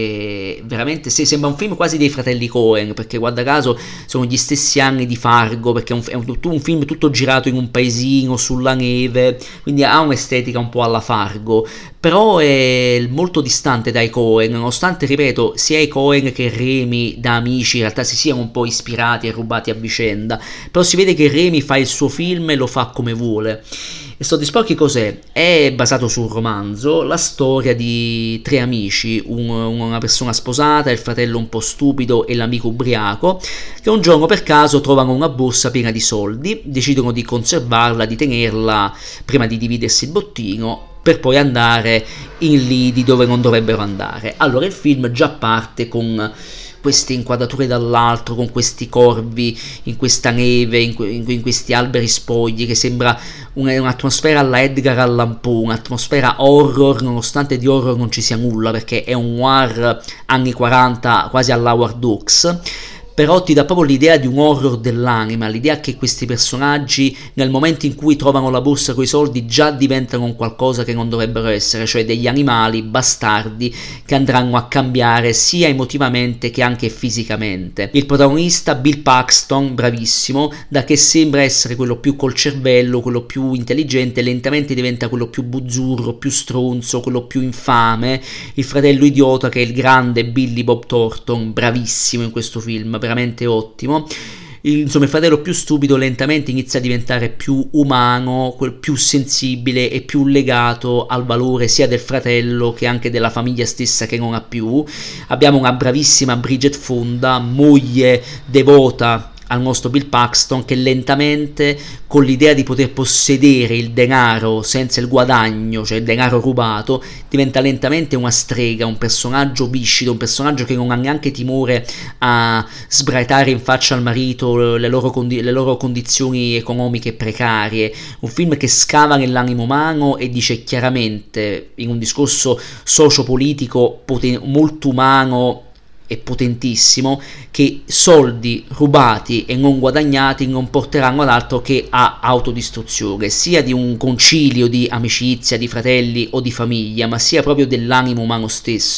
che veramente sembra un film quasi dei fratelli Coen, perché guarda caso sono gli stessi anni di Fargo, perché è un film tutto girato in un paesino sulla neve, quindi ha un'estetica un po' alla Fargo, però è molto distante dai Coen, nonostante, ripeto, sia i Coen che Raimi da amici in realtà si siano un po' ispirati e rubati a vicenda, però si vede che Raimi fa il suo film e lo fa come vuole. E Soldi Sporchi cos'è? È basato su un romanzo, la storia di 3 amici, una persona sposata, il fratello un po' stupido e l'amico ubriaco, che un giorno per caso trovano una borsa piena di soldi, decidono di conservarla, di tenerla prima di dividersi il bottino, per poi andare in lidi dove non dovrebbero andare. Allora il film già parte con queste inquadrature dall'alto, con questi corvi in questa neve, in questi alberi spogli, che sembra un'atmosfera alla Edgar Allan Poe, un'atmosfera horror, nonostante di horror non ci sia nulla, perché è un noir anni 40 quasi alla Howard Hawks, però ti dà proprio l'idea di un horror dell'anima, l'idea che questi personaggi nel momento in cui trovano la borsa con i soldi già diventano un qualcosa che non dovrebbero essere, cioè degli animali bastardi che andranno a cambiare sia emotivamente che anche fisicamente. Il protagonista, Bill Paxton, bravissimo, da che sembra essere quello più col cervello, quello più intelligente, lentamente diventa quello più buzzurro, più stronzo, quello più infame, il fratello idiota che è il grande Billy Bob Thornton, bravissimo in questo film, veramente ottimo. Insomma, il fratello più stupido lentamente inizia a diventare più umano, più sensibile e più legato al valore sia del fratello che anche della famiglia stessa che non ha più. Abbiamo una bravissima Bridget Fonda, moglie devota al nostro Bill Paxton, che lentamente, con l'idea di poter possedere il denaro senza il guadagno, cioè il denaro rubato, diventa lentamente una strega, un personaggio viscido, un personaggio che non ha neanche timore a sbraitare in faccia al marito le loro condizioni economiche precarie. Un film che scava nell'animo umano e dice chiaramente, in un discorso sociopolitico molto umano e potentissimo, che soldi rubati e non guadagnati non porteranno ad altro che a autodistruzione, sia di un concilio di amicizia, di fratelli o di famiglia, ma sia proprio dell'animo umano stesso.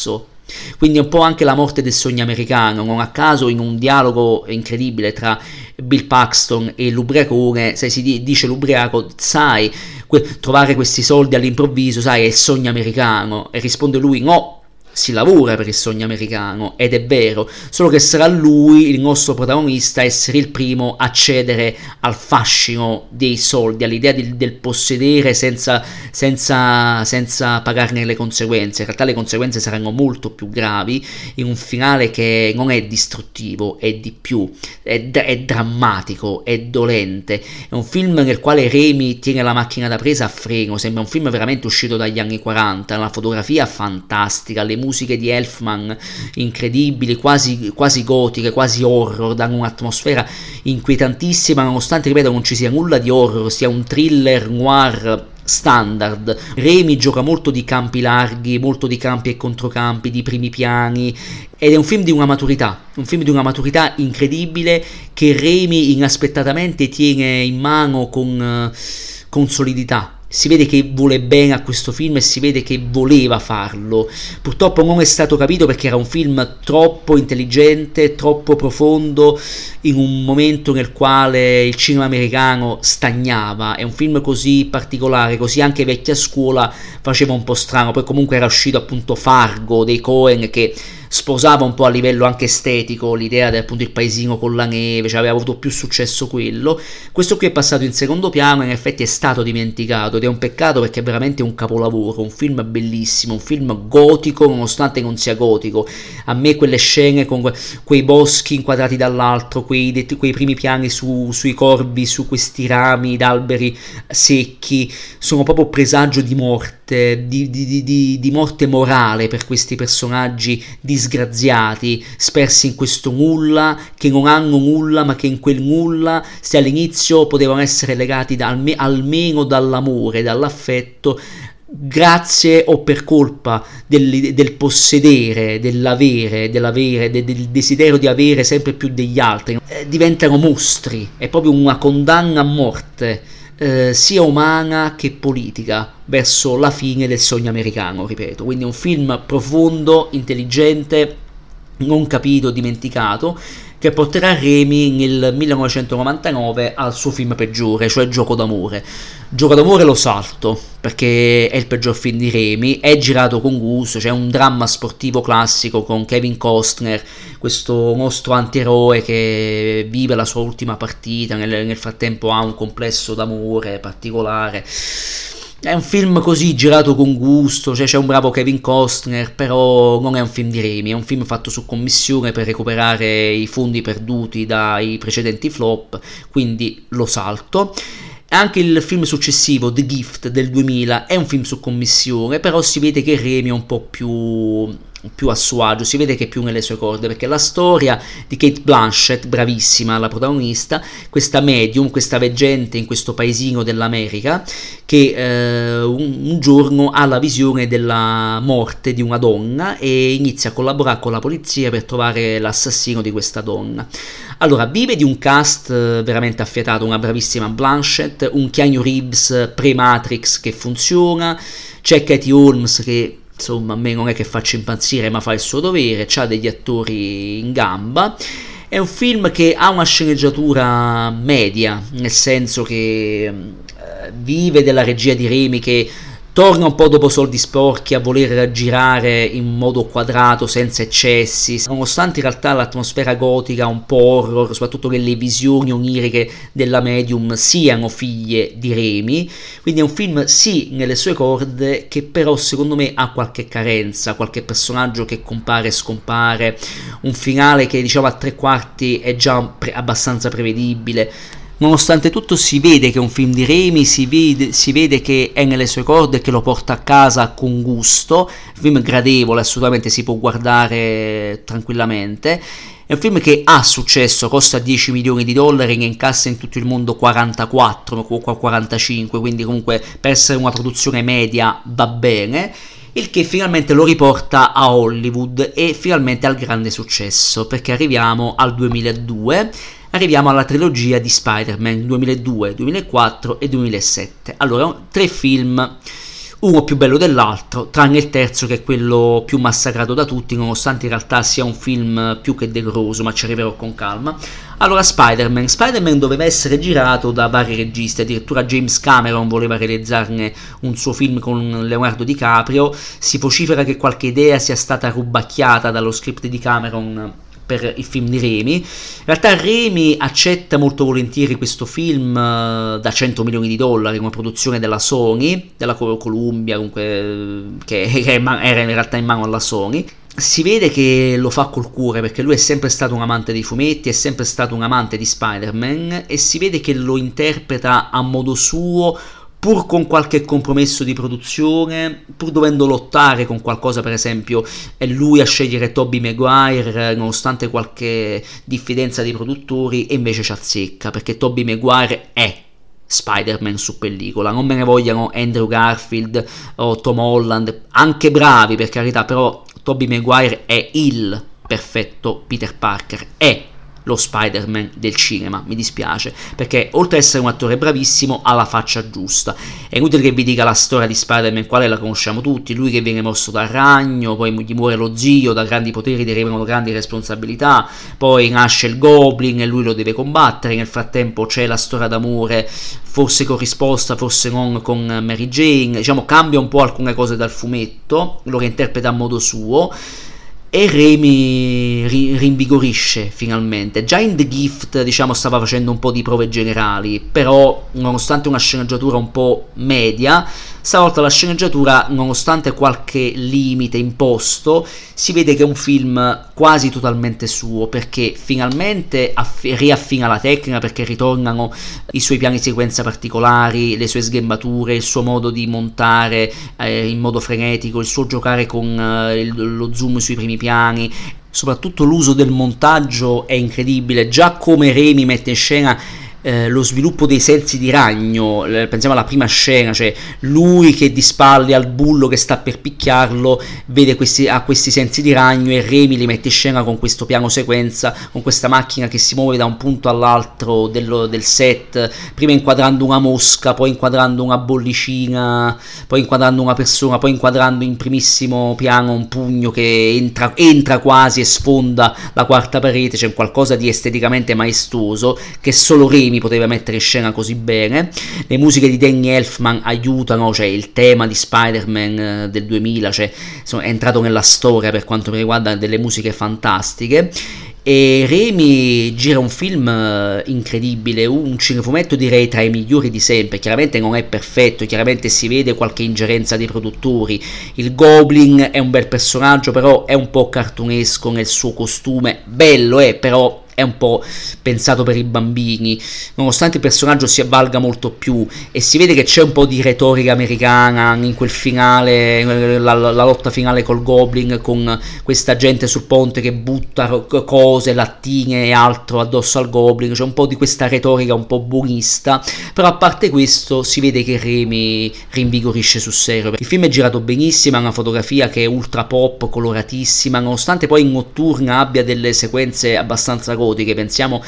Quindi è un po' anche la morte del sogno americano, non a caso in un dialogo incredibile tra Bill Paxton e l'ubriacone, sai, dice l'ubriaco, sai, trovare questi soldi all'improvviso, sai, è il sogno americano, e risponde lui, no, si lavora per il sogno americano, ed è vero, solo che sarà lui, il nostro protagonista, essere il primo a cedere al fascino dei soldi, all'idea del possedere senza pagarne le conseguenze. In realtà le conseguenze saranno molto più gravi in un finale che non è distruttivo, è di più, è drammatico, è dolente. È un film nel quale Raimi tiene la macchina da presa a freno, sembra un film veramente uscito dagli anni 40, la fotografia fantastica, le musiche di Elfman incredibili, quasi gotiche, quasi horror, danno un'atmosfera inquietantissima, nonostante, ripeto, non ci sia nulla di horror, sia un thriller noir standard. Raimi gioca molto di campi larghi, molto di campi e controcampi, di primi piani, ed è un film di una maturità incredibile che Raimi inaspettatamente tiene in mano con solidità. Si vede che vuole bene a questo film e si vede che voleva farlo. Purtroppo non è stato capito, perché era un film troppo intelligente, troppo profondo, in un momento nel quale il cinema americano stagnava. È un film così particolare, così anche vecchia scuola, faceva un po' strano. Poi comunque era uscito appunto Fargo dei Coen, che sposava un po' a livello anche estetico l'idea del appunto il paesino con la neve, cioè aveva avuto più successo quello. Questo qui è passato in secondo piano e in effetti è stato dimenticato, ed è un peccato, perché è veramente un capolavoro, un film bellissimo, un film gotico nonostante non sia gotico. A me quelle scene con quei boschi inquadrati dall'alto, quei primi piani sui corvi, su questi rami d'alberi secchi, sono proprio presagio di morte, di morte morale per questi personaggi disgraziati, spersi in questo nulla, che non hanno nulla, ma che in quel nulla, se all'inizio potevano essere legati almeno dall'amore, dall'affetto, grazie o per colpa del possedere, dell'avere, del desiderio di avere sempre più degli altri, diventano mostri. È proprio una condanna a morte, sia umana che politica, verso la fine del sogno americano, ripeto. Quindi è un film profondo, intelligente, non capito, dimenticato, che porterà Raimi nel 1999 al suo film peggiore, cioè Gioco d'amore. Gioco d'amore lo salto, perché è il peggior film di Raimi, è girato con gusto, c'è un dramma sportivo classico con Kevin Costner, questo nostro antieroe che vive la sua ultima partita, nel frattempo ha un complesso d'amore particolare. È un film così girato con gusto, cioè c'è un bravo Kevin Costner, però non è un film di Raimi, è un film fatto su commissione per recuperare i fondi perduti dai precedenti flop, quindi lo salto. Anche il film successivo, The Gift del 2000, è un film su commissione, però si vede che Raimi è un po' più a suo agio, si vede che è più nelle sue corde, perché la storia di Cate Blanchett, bravissima la protagonista, questa medium, questa veggente in questo paesino dell'America, che un giorno ha la visione della morte di una donna e inizia a collaborare con la polizia per trovare l'assassino di questa donna. Allora, vive di un cast veramente affiatato, una bravissima Blanchett, un Keanu Reeves pre-Matrix che funziona, c'è Katie Holmes che insomma a me non è che faccia impazzire, ma fa il suo dovere, c'ha degli attori in gamba. È un film che ha una sceneggiatura media, nel senso che vive della regia di Raimi, che torna un po' dopo Soldi Sporchi a voler girare in modo quadrato, senza eccessi, nonostante in realtà l'atmosfera gotica, un po' horror, soprattutto che le visioni oniriche della medium siano figlie di Raimi. Quindi è un film sì nelle sue corde, che però secondo me ha qualche carenza, qualche personaggio che compare e scompare, un finale che diciamo a tre quarti è già abbastanza prevedibile. Nonostante tutto si vede che è un film di Raimi, si vede che è nelle sue corde e che lo porta a casa con gusto. Un film gradevole, assolutamente si può guardare tranquillamente. È un film che ha successo, costa 10 milioni di dollari, ne incassa in tutto il mondo 44 o 45, quindi comunque per essere una produzione media va bene. Il che finalmente lo riporta a Hollywood e finalmente al grande successo, perché arriviamo al 2002, arriviamo alla trilogia di Spider-Man 2002, 2004 e 2007. Allora, 3 film uno più bello dell'altro, tranne il terzo che è quello più massacrato da tutti, nonostante in realtà sia un film più che decoroso, ma ci arriverò con calma. Allora, Spider-Man doveva essere girato da vari registi, addirittura James Cameron voleva realizzarne un suo film con Leonardo DiCaprio. Si vocifera che qualche idea sia stata rubacchiata dallo script di Cameron per il film di Raimi. In realtà Raimi accetta molto volentieri questo film da $100 milioni, una produzione della Sony, della Columbia, comunque, che era in realtà in mano alla Sony. Si vede che lo fa col cuore, perché lui è sempre stato un amante dei fumetti, è sempre stato un amante di Spider-Man, e si vede che lo interpreta a modo suo, pur con qualche compromesso di produzione, pur dovendo lottare con qualcosa. Per esempio è lui a scegliere Tobey Maguire nonostante qualche diffidenza dei produttori, e invece ci azzecca, perché Tobey Maguire è Spider-Man su pellicola. Non me ne vogliano Andrew Garfield o Tom Holland, anche bravi per carità, però Tobey Maguire è il perfetto Peter Parker, è lo Spider-Man del cinema, mi dispiace, perché oltre ad essere un attore bravissimo ha la faccia giusta. È inutile che vi dica la storia di Spider-Man, quale la conosciamo tutti: lui che viene morso dal ragno, poi gli muore lo zio, da grandi poteri derivano grandi responsabilità, poi nasce il Goblin e lui lo deve combattere. Nel frattempo c'è la storia d'amore, forse corrisposta, forse non, con Mary Jane. Diciamo, cambia un po' alcune cose dal fumetto, lo reinterpreta a modo suo, e Raimi rinvigorisce finalmente. Già in The Gift, diciamo, stava facendo un po' di prove generali, però nonostante una sceneggiatura un po' media, stavolta la sceneggiatura, nonostante qualche limite imposto, si vede che è un film quasi totalmente suo, perché finalmente riaffina la tecnica, perché ritornano i suoi piani sequenza particolari, le sue sghembature, il suo modo di montare in modo frenetico, il suo giocare con lo zoom sui primi piani. Soprattutto l'uso del montaggio è incredibile, già come Raimi mette in scena lo sviluppo dei sensi di ragno. Pensiamo alla prima scena, cioè lui che di spalle al bullo che sta per picchiarlo vede ha questi sensi di ragno, e Raimi li mette in scena con questo piano sequenza, con questa macchina che si muove da un punto all'altro del set, prima inquadrando una mosca, poi inquadrando una bollicina, poi inquadrando una persona, poi inquadrando in primissimo piano un pugno che entra quasi e sfonda la quarta parete. C'è qualcosa di esteticamente maestoso che solo Raimi poteva mettere in scena così bene. Le musiche di Danny Elfman aiutano, cioè il tema di Spider-Man del 2000, cioè, è entrato nella storia per quanto mi riguarda, delle musiche fantastiche. E Raimi gira un film incredibile, un cinefumetto direi tra i migliori di sempre. Chiaramente non è perfetto, chiaramente si vede qualche ingerenza dei produttori. Il Goblin è un bel personaggio, però è un po' cartunesco nel suo costume, bello però è un po' pensato per i bambini, nonostante il personaggio si avvalga molto più, e si vede che c'è un po' di retorica americana in quel finale, la lotta finale col Goblin, con questa gente sul ponte che butta cose, lattine e altro addosso al Goblin. C'è un po' di questa retorica un po' buonista, però a parte questo si vede che Raimi rinvigorisce sul serio. Il film è girato benissimo, ha una fotografia che è ultra pop, coloratissima, nonostante poi in notturna abbia delle sequenze abbastanza gotiche. Pensiamo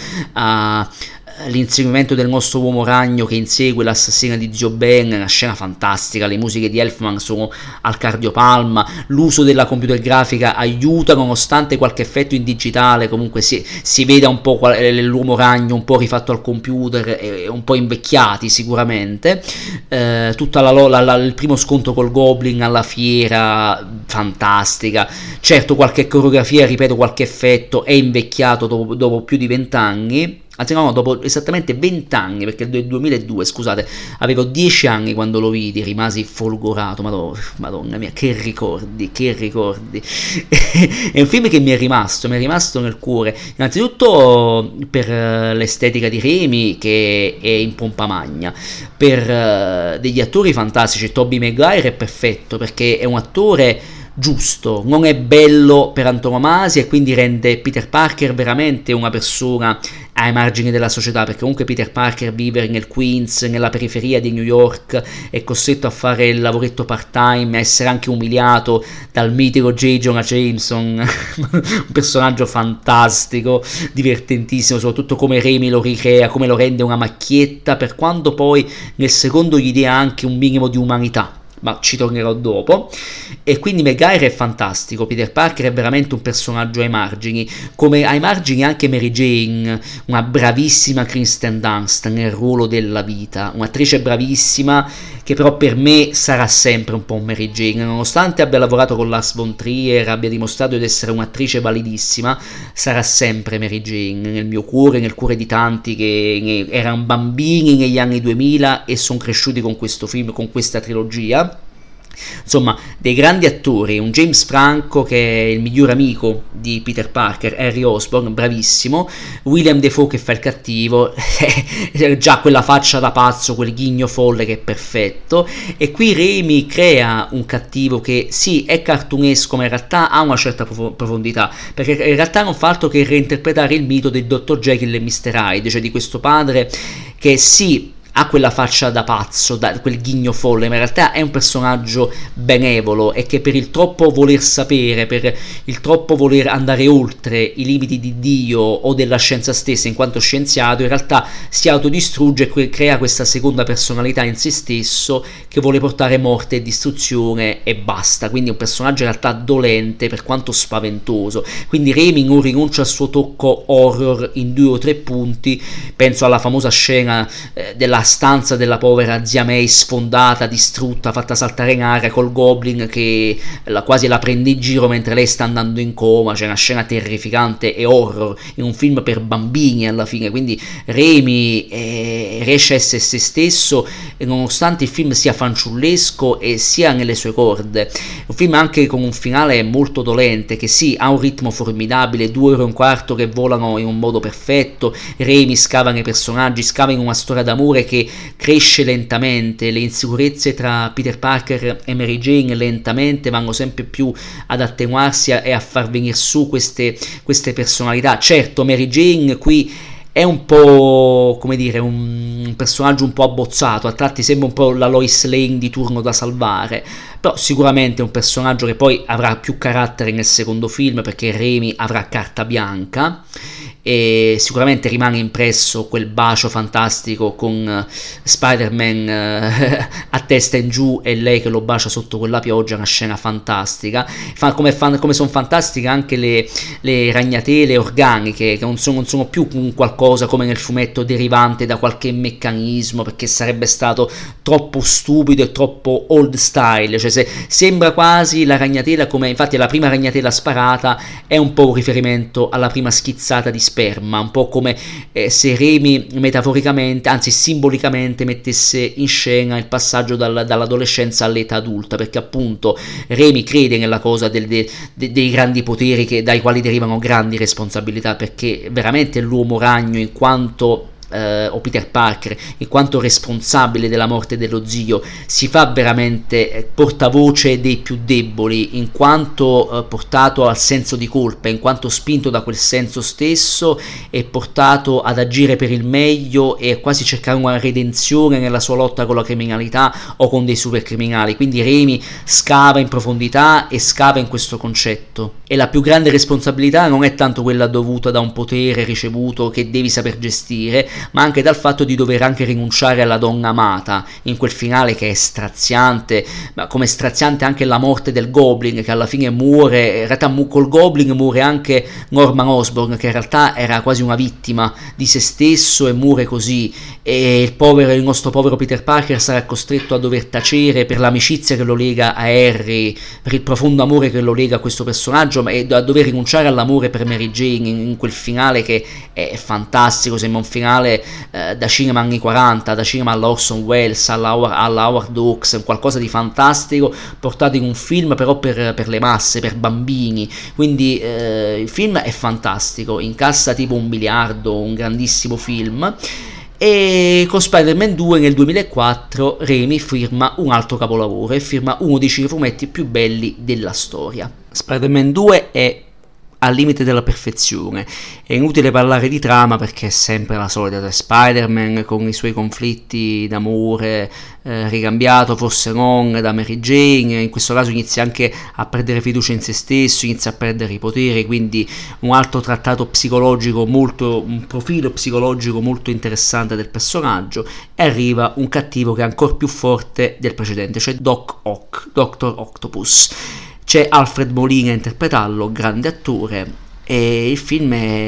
all'inseguimento del nostro uomo ragno che insegue l'assassina di Zio Ben, una scena fantastica. Le musiche di Elfman sono al cardiopalma, l'uso della computer grafica aiuta, nonostante qualche effetto in digitale. Comunque si vede un po' l'uomo ragno un po' rifatto al computer, un po' invecchiati sicuramente. Tutta il primo scontro col Goblin alla fiera, fantastica. Certo, qualche coreografia, ripeto, qualche effetto è invecchiato dopo più di 20 anni. Anzi no, dopo esattamente 20 anni, perché del 2002, scusate, avevo 10 anni quando lo vidi, rimasi folgorato. Madonna mia, che ricordi. È un film che mi è rimasto nel cuore, innanzitutto per l'estetica di Raimi, che è in pompa magna, per degli attori fantastici. Tobey Maguire è perfetto, perché è un attore giusto, non è bello per antonomasia, e quindi rende Peter Parker veramente una persona ai margini della società, perché comunque Peter Parker vive nel Queens, nella periferia di New York, è costretto a fare il lavoretto part time, a essere anche umiliato dal mitico J. Jonah Jameson un personaggio fantastico, divertentissimo, soprattutto come Raimi lo ricrea, come lo rende una macchietta, per quando poi nel secondo gli dia anche un minimo di umanità, ma ci tornerò dopo. E quindi Maguire è fantastico, Peter Parker è veramente un personaggio ai margini, come ai margini anche Mary Jane, una bravissima Kristen Dunst nel ruolo della vita, un'attrice bravissima che però per me sarà sempre un po' Mary Jane, nonostante abbia lavorato con Lars von Trier, abbia dimostrato di essere un'attrice validissima, sarà sempre Mary Jane nel mio cuore, nel cuore di tanti che erano bambini negli anni 2000 e sono cresciuti con questo film, con questa trilogia. Insomma, dei grandi attori, un James Franco che è il miglior amico di Peter Parker, Harry Osborn, bravissimo, William Dafoe che fa il cattivo, già quella faccia da pazzo, quel ghigno folle che è perfetto, e qui Raimi crea un cattivo che sì, è cartunesco ma in realtà ha una certa profondità, perché in realtà non fa altro che reinterpretare il mito del Dr. Jekyll e Mr. Hyde, cioè di questo padre che sì, ha quella faccia da pazzo, quel ghigno folle, ma in realtà è un personaggio benevolo e che per il troppo voler sapere, per il troppo voler andare oltre i limiti di Dio o della scienza stessa in quanto scienziato, in realtà si autodistrugge e crea questa seconda personalità in se stesso che vuole portare morte e distruzione e basta. Quindi è un personaggio in realtà dolente per quanto spaventoso. Quindi Raimi non rinuncia al suo tocco horror in 2 o 3 punti, penso alla famosa scena della stanza della povera zia May sfondata, distrutta, fatta saltare in aria col Goblin che quasi la prende in giro mentre lei sta andando in coma. C'è una scena terrificante e horror in un film per bambini alla fine, quindi Raimi riesce a essere se stesso nonostante il film sia fanciullesco e sia nelle sue corde. Un film anche con un finale molto dolente che sì, ha un ritmo formidabile, 2 ore e un quarto che volano in un modo perfetto, Raimi scava nei personaggi, scava in una storia d'amore che cresce lentamente, le insicurezze tra Peter Parker e Mary Jane lentamente vanno sempre più ad attenuarsi e a far venire su queste personalità. Certo, Mary Jane qui è un po', come dire, un personaggio un po' abbozzato, a tratti sembra un po' la Lois Lane di turno da salvare, però sicuramente è un personaggio che poi avrà più carattere nel secondo film perché Raimi avrà carta bianca. E sicuramente rimane impresso quel bacio fantastico con Spider-Man a testa in giù e lei che lo bacia sotto quella pioggia, una scena fantastica. Come sono fantastiche anche le ragnatele organiche che non sono più un qualcosa come nel fumetto derivante da qualche meccanismo, perché sarebbe stato troppo stupido e troppo old style, cioè sembra quasi la ragnatela come, infatti la prima ragnatela sparata è un po' un riferimento alla prima schizzata di sperma, un po' come se Raimi metaforicamente, anzi simbolicamente mettesse in scena il passaggio dall'adolescenza all'età adulta, perché appunto Raimi crede nella cosa dei grandi poteri dai quali derivano grandi responsabilità, perché veramente l'uomo ragno in quanto o Peter Parker in quanto responsabile della morte dello zio si fa veramente portavoce dei più deboli, in quanto portato al senso di colpa, in quanto spinto da quel senso stesso e portato ad agire per il meglio e quasi cercare una redenzione nella sua lotta con la criminalità o con dei supercriminali. Quindi Raimi scava in profondità e scava in questo concetto, e la più grande responsabilità non è tanto quella dovuta da un potere ricevuto che devi saper gestire, ma anche dal fatto di dover anche rinunciare alla donna amata in quel finale che è straziante, ma come straziante anche la morte del Goblin che alla fine muore. In realtà col Goblin muore anche Norman Osborn, che in realtà era quasi una vittima di se stesso e muore così, e il nostro povero Peter Parker sarà costretto a dover tacere per l'amicizia che lo lega a Harry, per il profondo amore che lo lega a questo personaggio, e a dover rinunciare all'amore per Mary Jane in quel finale che è fantastico. Sembra un finale da cinema anni 40, da cinema alla Orson Welles, alla Howard Hawks, qualcosa di fantastico portato in un film però per le masse, per bambini. Quindi il film è fantastico, incassa tipo 1 miliardo, un grandissimo film. E con Spider-Man 2 nel 2004 Raimi firma un altro capolavoro e firma uno dei 5 fumetti più belli della storia. Spider-Man 2 è al limite della perfezione. È inutile parlare di trama perché è sempre la solita, Spider-Man con i suoi conflitti d'amore, ricambiato forse non da Mary Jane, in questo caso inizia anche a perdere fiducia in se stesso, inizia a perdere i poteri, quindi un altro trattato psicologico un profilo psicologico molto interessante del personaggio, e arriva un cattivo che è ancora più forte del precedente, cioè Dr. Octopus. C'è Alfred Molina a interpretarlo, grande attore, e il film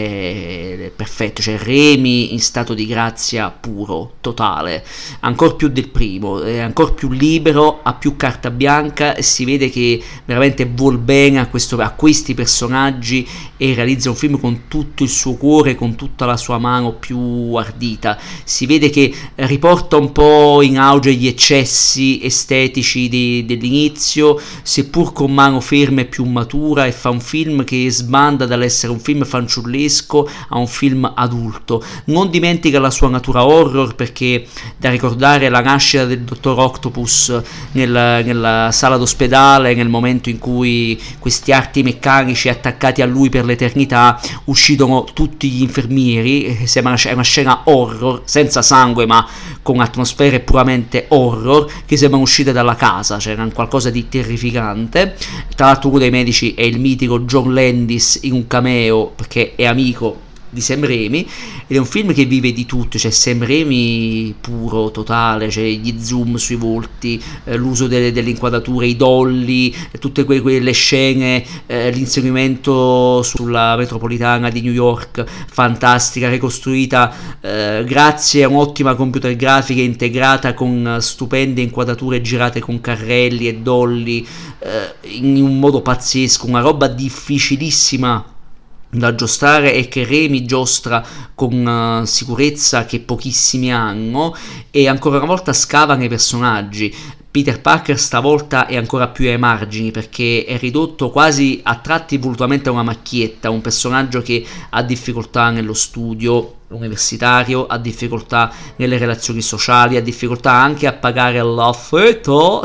è perfetto, cioè Raimi in stato di grazia puro, totale, ancora più del primo, è ancora più libero, ha più carta bianca e si vede che veramente vuol bene a questi personaggi e realizza un film con tutto il suo cuore, con tutta la sua mano più ardita. Si vede che riporta un po' in auge gli eccessi estetici dell'inizio, seppur con mano ferma e più matura, e fa un film che sbanda dall'essere un film fanciullesco a un film adulto. Non dimentica la sua natura horror, perché da ricordare la nascita del dottor Octopus nella sala d'ospedale, nel momento in cui questi arti meccanici attaccati a lui per l'eternità uccidono tutti gli infermieri. È una scena horror, senza sangue ma con atmosfere puramente horror, che sembrano uscite dalla casa, cioè era qualcosa di terrificante. Tra l'altro uno dei medici è il mitico John Landis in un cameo, perché è amico di Sam Raimi, ed è un film che vive di tutto, cioè Sam Raimi puro, totale, cioè gli zoom sui volti, l'uso delle inquadrature, i dolly, tutte quelle scene, l'inseguimento sulla metropolitana di New York, fantastica, ricostruita grazie a un'ottima computer grafica integrata con stupende inquadrature girate con carrelli e dolly, in un modo pazzesco, una roba difficilissima da aggiustare e che Raimi giostra con sicurezza che pochissimi hanno, e ancora una volta scava nei personaggi. Peter Parker stavolta è ancora più ai margini, perché è ridotto quasi a tratti volutamente a una macchietta, un personaggio che ha difficoltà nello studio universitario, ha difficoltà nelle relazioni sociali, ha difficoltà anche a pagare l'affetto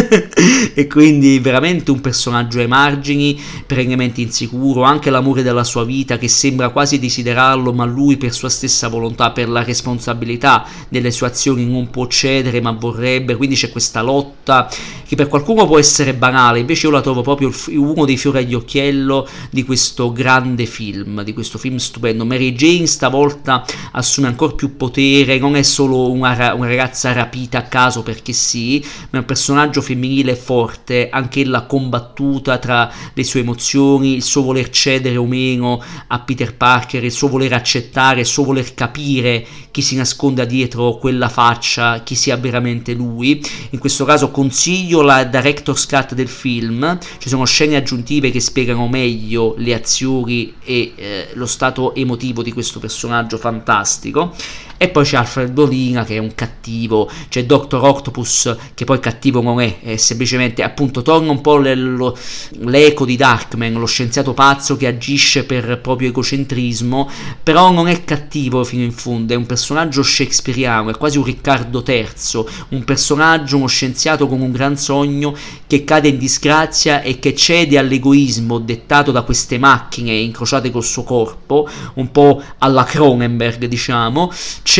e quindi veramente un personaggio ai margini, perennemente insicuro, anche l'amore della sua vita che sembra quasi desiderarlo, ma lui per sua stessa volontà, per la responsabilità delle sue azioni non può cedere ma vorrebbe, quindi c'è questa lotta che per qualcuno può essere banale, invece io la trovo proprio uno dei fiori agli occhiello di questo grande film, di questo film stupendo. Mary Jane stavolta assume ancora più potere, non è solo una ragazza rapita a caso perché sì, ma è un personaggio femminile forte, anch'ella combattuta tra le sue emozioni, il suo voler cedere o meno a Peter Parker, il suo voler accettare, il suo voler capire chi si nasconda dietro quella faccia, chi sia veramente lui. In questo caso consiglio la director's cut del film, ci sono scene aggiuntive che spiegano meglio le azioni e lo stato emotivo di questo personaggio fantastico. E poi c'è Alfred Molina che è un cattivo, c'è Dr. Octopus che poi cattivo non è semplicemente, appunto, torna un po' l'eco di Darkman, lo scienziato pazzo che agisce per proprio egocentrismo, però non è cattivo fino in fondo, è un personaggio shakespeariano, è quasi un Riccardo III, un personaggio, uno scienziato con un gran sogno che cade in disgrazia e che cede all'egoismo dettato da queste macchine incrociate col suo corpo, un po' alla Cronenberg, diciamo.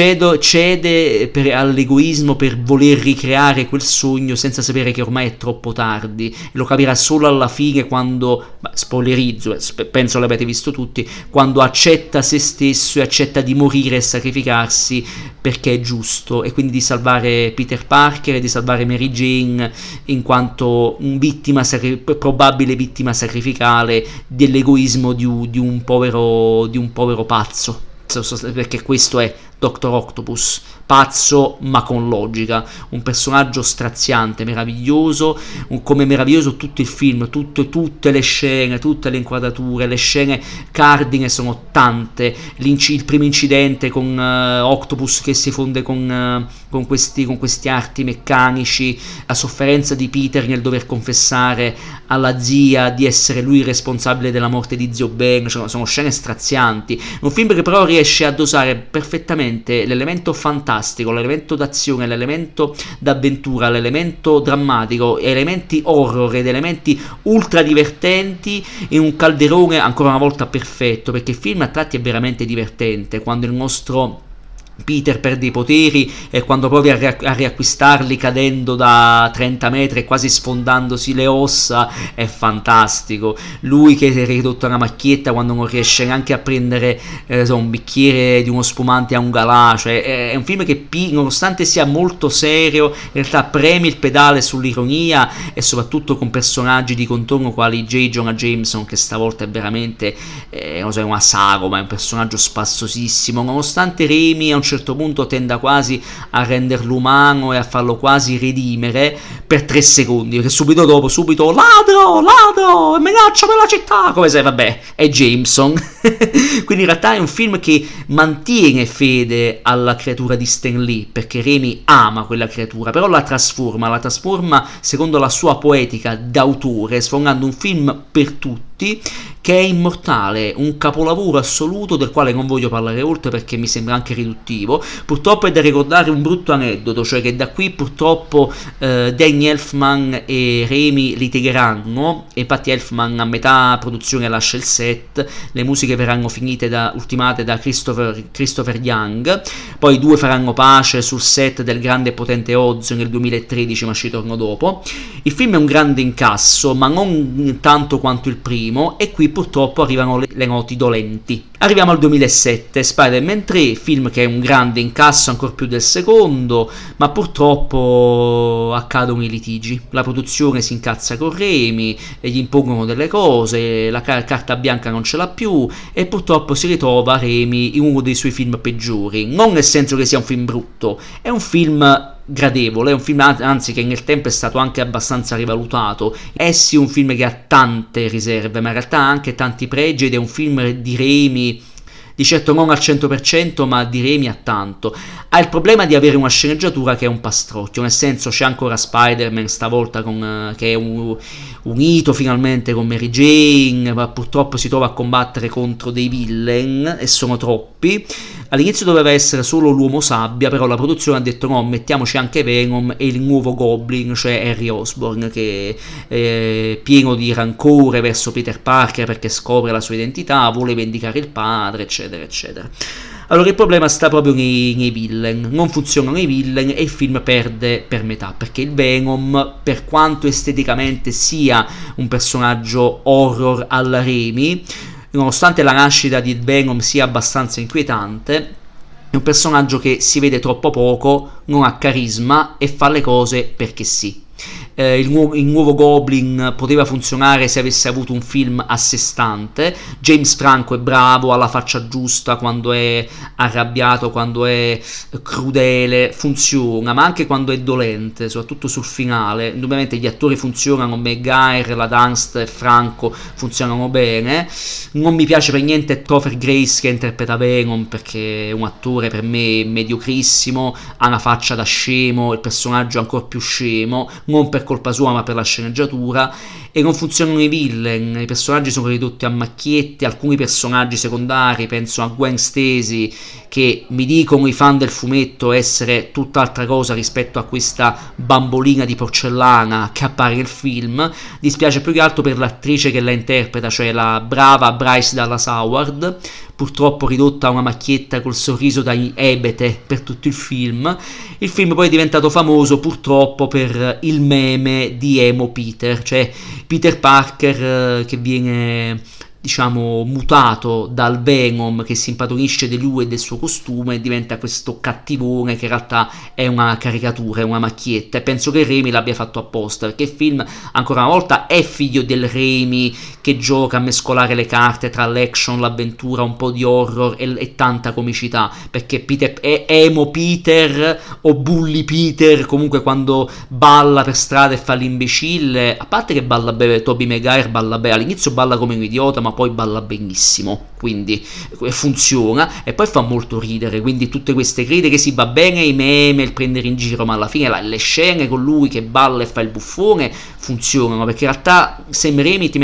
Cede all'egoismo per voler ricreare quel sogno senza sapere che ormai è troppo tardi. Lo capirà solo alla fine, quando, spoilerizzo, penso l'avete visto tutti, quando accetta se stesso e accetta di morire e sacrificarsi perché è giusto, e quindi di salvare Peter Parker e di salvare Mary Jane in quanto probabile vittima sacrificale dell'egoismo di un povero pazzo, perché questo è Dr. Octopus, pazzo ma con logica, un personaggio straziante, meraviglioso, come meraviglioso tutto il film, tutte le scene, tutte le inquadrature, le scene cardine sono tante, il primo incidente con Octopus che si fonde con questi arti meccanici, la sofferenza di Peter nel dover confessare alla zia di essere lui il responsabile della morte di zio Ben, sono scene strazianti, un film che però riesce a dosare perfettamente l'elemento fantastico fantastico, l'elemento d'azione, l'elemento d'avventura, l'elemento drammatico, elementi horror ed elementi ultra divertenti in un calderone ancora una volta perfetto, perché il film a tratti è veramente divertente, quando il nostro Peter perde i poteri e quando provi a riacquistarli cadendo da 30 metri e quasi sfondandosi le ossa è fantastico. Lui che è ridotto a una macchietta quando non riesce neanche a prendere un bicchiere di uno spumante a un galà, cioè è un film che nonostante sia molto serio in realtà preme il pedale sull'ironia, e soprattutto con personaggi di contorno quali J. Jonah Jameson, che stavolta è veramente una sagoma, è un personaggio spassosissimo, nonostante Raimi a un certo punto tenda quasi a renderlo umano e a farlo quasi redimere per 3 secondi, perché subito ladro, minaccia per la città, come se vabbè è Jameson. Quindi in realtà è un film che mantiene fede alla creatura di Stan Lee, perché Raimi ama quella creatura, però la trasforma secondo la sua poetica d'autore, sfogando un film per tutti che è immortale, un capolavoro assoluto del quale non voglio parlare oltre perché mi sembra anche riduttivo. Purtroppo è da ricordare un brutto aneddoto, cioè che da qui purtroppo Danny Elfman e Raimi litigheranno, e infatti Elfman a metà produzione lascia il set, le musiche verranno ultimate da Christopher Young, poi i due faranno pace sul set del grande e potente Oz nel 2013, ma ci torno dopo. Il film è un grande incasso, ma non tanto quanto il primo, e qui purtroppo arrivano le noti dolenti. Arriviamo al 2007, Spider-Man 3, film che è un grande incasso, ancora più del secondo, ma purtroppo accadono i litigi. La produzione si incazza con Raimi, e gli impongono delle cose, la carta bianca non ce l'ha più, e purtroppo si ritrova Raimi in uno dei suoi film peggiori. Non nel senso che sia un film brutto, è un film gradevole, è un film anzi che nel tempo è stato anche abbastanza rivalutato. È sì un film che ha tante riserve, ma in realtà ha anche tanti pregi, ed è un film di Raimi di certo non al 100%, ma di Raimi a tanto. Ha il problema di avere una sceneggiatura che è un pastrocchio, nel senso c'è ancora Spider-Man stavolta che è unito finalmente con Mary Jane, ma purtroppo si trova a combattere contro dei villain e sono troppi. All'inizio doveva essere solo l'uomo sabbia, però la produzione ha detto no, mettiamoci anche Venom e il nuovo Goblin, cioè Harry Osborn, che è pieno di rancore verso Peter Parker perché scopre la sua identità, vuole vendicare il padre, eccetera eccetera. Allora il problema sta proprio nei villain, non funzionano i villain e il film perde per metà, perché il Venom, per quanto esteticamente sia un personaggio horror alla Raimi, nonostante la nascita di Venom sia abbastanza inquietante, è un personaggio che si vede troppo poco, non ha carisma e fa le cose perché sì. Il nuovo Goblin poteva funzionare se avesse avuto un film a sé stante. James Franco è bravo, ha la faccia giusta quando è arrabbiato, quando è crudele, funziona, ma anche quando è dolente, soprattutto sul finale. Indubbiamente gli attori funzionano, Maguire, la Dunst e Franco funzionano bene. Non mi piace per niente Topher Grace che interpreta Venom, perché è un attore per me mediocrissimo, ha una faccia da scemo, il personaggio è ancora più scemo, non per colpa sua ma per la sceneggiatura, e non funzionano i villain, i personaggi sono ridotti a macchiette, alcuni personaggi secondari, penso a Gwen Stacy, che mi dicono i fan del fumetto essere tutt'altra cosa rispetto a questa bambolina di porcellana che appare nel film. Dispiace più che altro per l'attrice che la interpreta, cioè la brava Bryce Dallas Howard, purtroppo ridotta a una macchietta col sorriso da ebete per tutto il film. Il film poi è diventato famoso purtroppo per il meme di Emo Peter, cioè Peter Parker che viene diciamo mutato dal Venom, che si impadronisce di lui e del suo costume, e diventa questo cattivone che in realtà è una caricatura, è una macchietta, e penso che Raimi l'abbia fatto apposta, perché il film ancora una volta è figlio del Raimi che gioca a mescolare le carte tra l'action, l'avventura, un po' di horror e tanta comicità, perché Peter è Emo Peter o Bully Peter, comunque quando balla per strada e fa l'imbecille, a parte che balla bene, Tobey Maguire balla bene, all'inizio balla come un idiota ma poi balla benissimo, quindi funziona, e poi fa molto ridere, quindi tutte queste critiche, si va bene i meme, il prendere in giro, ma alla fine le scene con lui che balla e fa il buffone funzionano, perché in realtà Sam Raimi ti mette in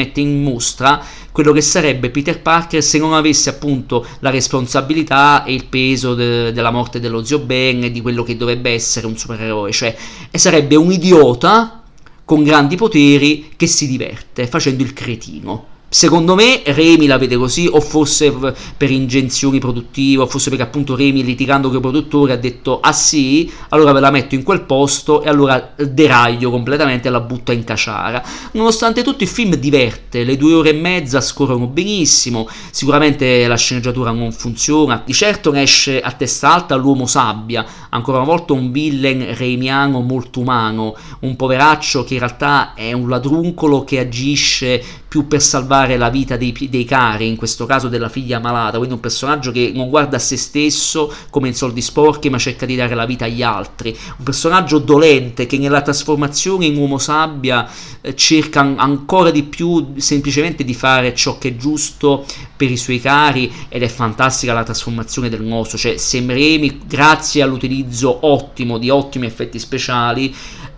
mostra quello che sarebbe Peter Parker se non avesse appunto la responsabilità e il peso della morte dello zio Ben e di quello che dovrebbe essere un supereroe, cioè sarebbe un idiota con grandi poteri che si diverte facendo il cretino. Secondo me Raimi la vede così, o forse per ingenzioni produttive, o forse perché appunto Raimi, litigando con i produttori, ha detto ah sì, allora ve la metto in quel posto e allora deraglio completamente e la butto in caciara. Nonostante tutto il film diverte, le 2 ore e mezza scorrono benissimo, sicuramente la sceneggiatura non funziona, di certo ne esce a testa alta l'uomo sabbia, ancora una volta un villain raimiano molto umano, un poveraccio che in realtà è un ladruncolo che agisce più per salvare la vita dei cari, in questo caso della figlia malata, quindi un personaggio che non guarda a se stesso come in Soldi Sporchi, ma cerca di dare la vita agli altri, un personaggio dolente che nella trasformazione in uomo sabbia cerca ancora di più semplicemente di fare ciò che è giusto per i suoi cari, ed è fantastica la trasformazione del mostro, cioè Sam Raimi, grazie all'utilizzo ottimo di ottimi effetti speciali,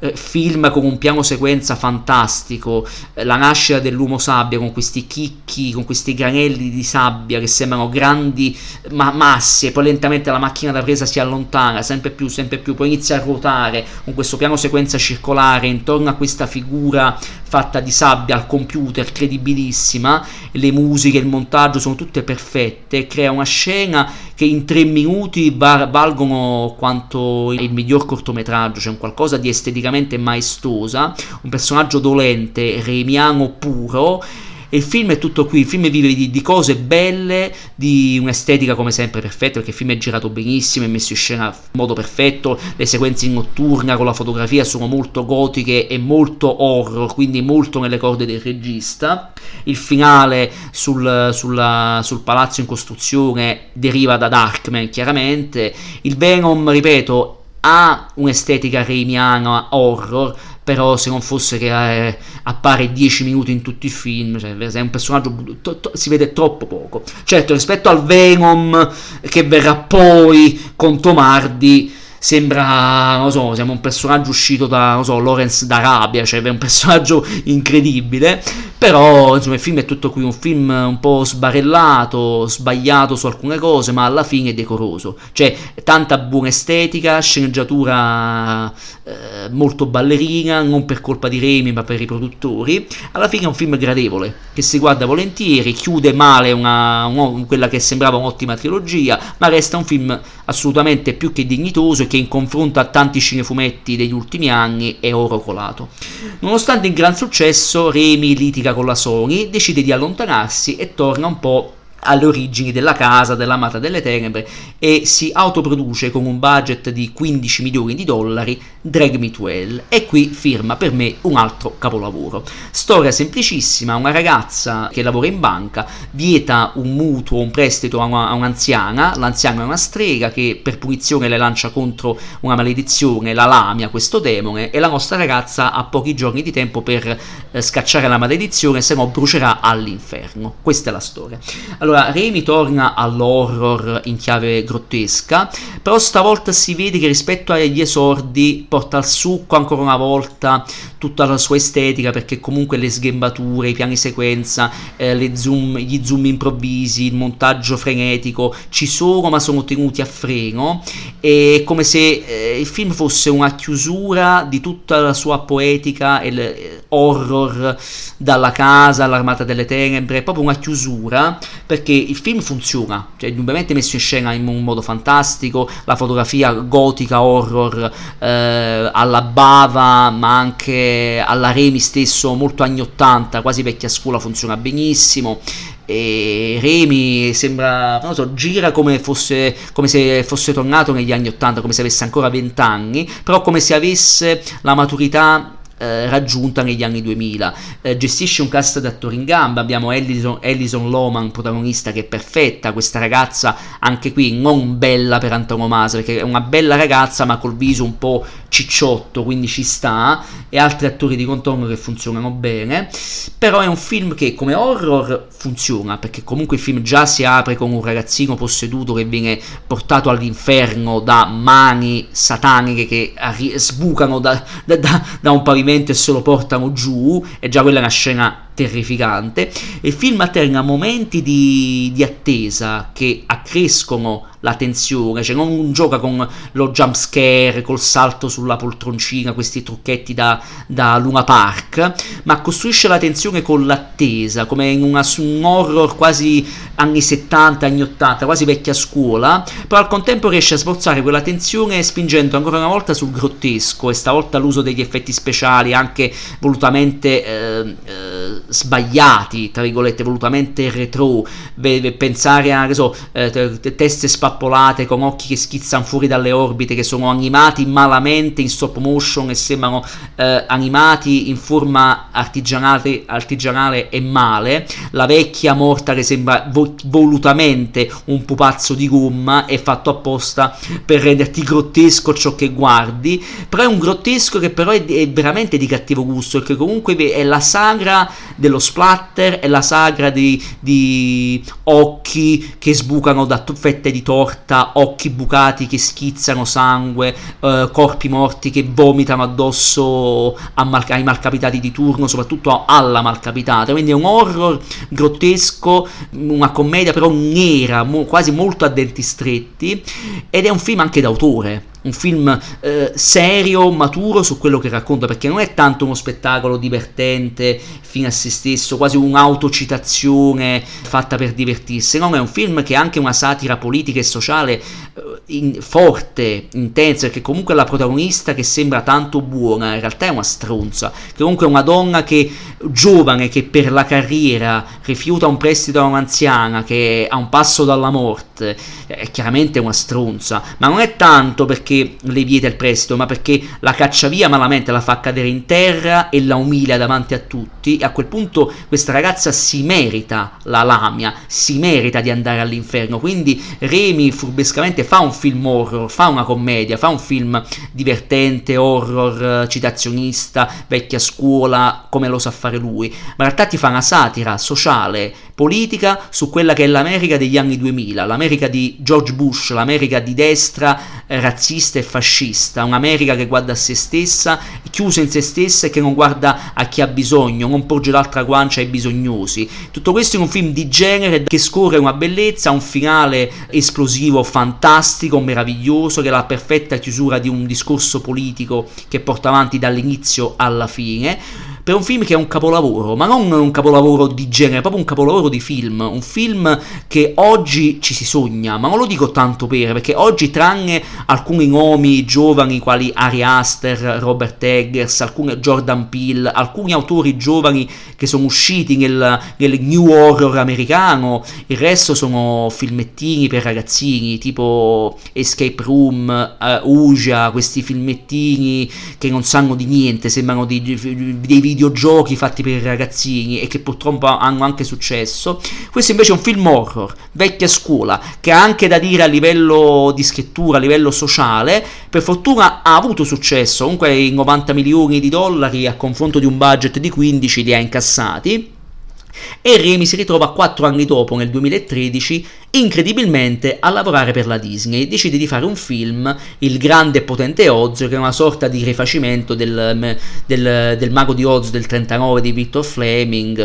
film con un piano sequenza fantastico, la nascita dell'uomo sabbia con questi chicchi, con questi granelli di sabbia che sembrano grandi masse, poi lentamente la macchina da presa si allontana sempre più, poi inizia a ruotare con questo piano sequenza circolare intorno a questa figura fatta di sabbia al computer, credibilissima, le musiche, il montaggio sono tutte perfette, crea una scena che in 3 minuti valgono quanto il miglior cortometraggio, cioè un qualcosa di esteticamente maestosa, un personaggio dolente, raimiano puro. E il film è tutto qui, il film vive di cose belle, di un'estetica come sempre perfetta, perché il film è girato benissimo, è messo in scena in modo perfetto, le sequenze in notturna con la fotografia sono molto gotiche e molto horror, quindi molto nelle corde del regista. Il finale sul palazzo in costruzione deriva da Darkman, chiaramente. Il Venom, ripeto, ha un'estetica raimiana horror, però se non fosse che appare 10 minuti in tutti i film, cioè è un personaggio si vede troppo poco. Certo, rispetto al Venom che verrà poi con Tom Hardy sembra, non so, siamo un personaggio uscito da, non so, Lawrence d'Arabia, cioè è un personaggio incredibile, però insomma il film è tutto qui, un film un po' sbarellato, sbagliato su alcune cose, ma alla fine è decoroso, cioè tanta buona estetica, sceneggiatura molto ballerina, non per colpa di Raimi ma per i produttori. Alla fine è un film gradevole, che si guarda volentieri, chiude male quella che sembrava un'ottima trilogia, ma resta un film assolutamente più che dignitoso e che in confronto a tanti cinefumetti degli ultimi anni è oro colato. Nonostante il gran successo, Raimi litiga con la Sony, decide di allontanarsi e torna un po' alle origini della casa dell'Amata delle Tenebre e si autoproduce con un budget di 15 milioni di dollari Drag Me to Hell, e qui firma per me un altro capolavoro. Storia semplicissima, una ragazza che lavora in banca vieta un mutuo, un prestito a un'anziana, l'anziana è una strega che per punizione le lancia contro una maledizione, la Lamia, questo demone, e la nostra ragazza ha pochi giorni di tempo per scacciare la maledizione, se no brucerà all'inferno. Questa è la storia. Allora, Raimi torna all'horror in chiave grottesca, però stavolta si vede che rispetto agli esordi porta al succo ancora una volta tutta la sua estetica, perché comunque le sghembature, i piani sequenza, gli zoom improvvisi, il montaggio frenetico ci sono, ma sono tenuti a freno. È come se il film fosse una chiusura di tutta la sua poetica e horror, dalla casa all'Armata delle Tenebre, è proprio una chiusura, perché il film funziona, cioè indubbiamente messo in scena in un modo fantastico, la fotografia gotica horror alla Bava, ma anche alla Raimi stesso, molto anni 80, quasi vecchia scuola, funziona benissimo. E Raimi sembra, non so, gira come se fosse tornato negli anni 80, come se avesse ancora 20 anni, però come se avesse la maturità raggiunta negli anni 2000. Gestisce un cast di attori in gamba, abbiamo Alison Lohman protagonista, che è perfetta, questa ragazza anche qui non bella per antonomasia, perché è una bella ragazza ma col viso un po' cicciotto, quindi ci sta, e altri attori di contorno che funzionano bene. Però è un film che come horror funziona, perché comunque il film già si apre con un ragazzino posseduto che viene portato all'inferno da mani sataniche che sbucano da un pavimento e se lo portano giù, e già quella è una scena terrificante. Il film alterna momenti di attesa che accrescono la tensione, cioè non gioca con lo jump scare, col salto sulla poltroncina, questi trucchetti da Luna Park, ma costruisce la tensione con l'attesa, come in un horror quasi anni 70, anni 80, quasi vecchia scuola, però al contempo riesce a smorzare quella tensione spingendo ancora una volta sul grottesco, e stavolta l'uso degli effetti speciali anche volutamente sbagliati, tra virgolette, volutamente retro, pensare a, che so, teste spappolate con occhi che schizzano fuori dalle orbite, che sono animati malamente in stop motion e sembrano animati in forma artigianale e male, la vecchia morta che sembra volutamente un pupazzo di gomma, è fatto apposta per renderti grottesco ciò che guardi, però è un grottesco che però è veramente di cattivo gusto, perché comunque è la sagra dello splatter, è la sagra di occhi che sbucano da fette di torta, occhi bucati che schizzano sangue, corpi morti che vomitano addosso ai malcapitati di turno, soprattutto alla malcapitata. Quindi è un horror grottesco, una commedia però nera, quasi molto a denti stretti, ed è un film anche d'autore, un film serio, maturo su quello che racconta, perché non è tanto uno spettacolo divertente fine a se stesso, quasi un'autocitazione fatta per divertirsi, no, è un film che è anche una satira politica e sociale forte, intensa, perché comunque la protagonista, che sembra tanto buona, in realtà è una stronza, che comunque è una donna giovane, che per la carriera rifiuta un prestito a un'anziana che è a un passo dalla morte, è chiaramente una stronza, ma non è tanto perché le vieta il prestito, ma perché la caccia via malamente, la fa cadere in terra e la umilia davanti a tutti, e a quel punto questa ragazza si merita la lamia, si merita di andare all'inferno. Quindi Raimi furbescamente fa un film horror, fa una commedia, fa un film divertente, horror, citazionista, vecchia scuola, come lo sa fare lui, ma in realtà ti fa una satira sociale, politica, su quella che è l'America degli anni 2000, l'America di George Bush, l'America di destra, razzista e fascista, un'America che guarda a se stessa, chiusa in se stessa, e che non guarda a chi ha bisogno, non porge l'altra guancia ai bisognosi. Tutto questo in un film di genere che scorre una bellezza, un finale esplosivo, fantastico, meraviglioso, che è la perfetta chiusura di un discorso politico che porta avanti dall'inizio alla fine, per un film che è un capolavoro, ma non un capolavoro di genere, proprio un capolavoro di film, un film che oggi ci si sogna, ma non lo dico tanto perché oggi, tranne alcuni nomi giovani quali Ari Aster, Robert Eggers, alcuni Jordan Peele, alcuni autori giovani che sono usciti nel new horror americano, il resto sono filmettini per ragazzini tipo Escape Room, Ouija, questi filmettini che non sanno di niente, sembrano dei videogiochi fatti per i ragazzini e che purtroppo hanno anche successo. Questo invece è un film horror, vecchia scuola, che ha anche da dire a livello di scrittura, a livello sociale. Per fortuna ha avuto successo, comunque i 90 milioni di dollari a confronto di un budget di 15 li ha incassati, e Raimi si ritrova 4 anni dopo, nel 2013, incredibilmente a lavorare per la Disney. Decide di fare un film, Il grande e potente Oz, che è una sorta di rifacimento del Mago di Oz del 39 di Victor Fleming,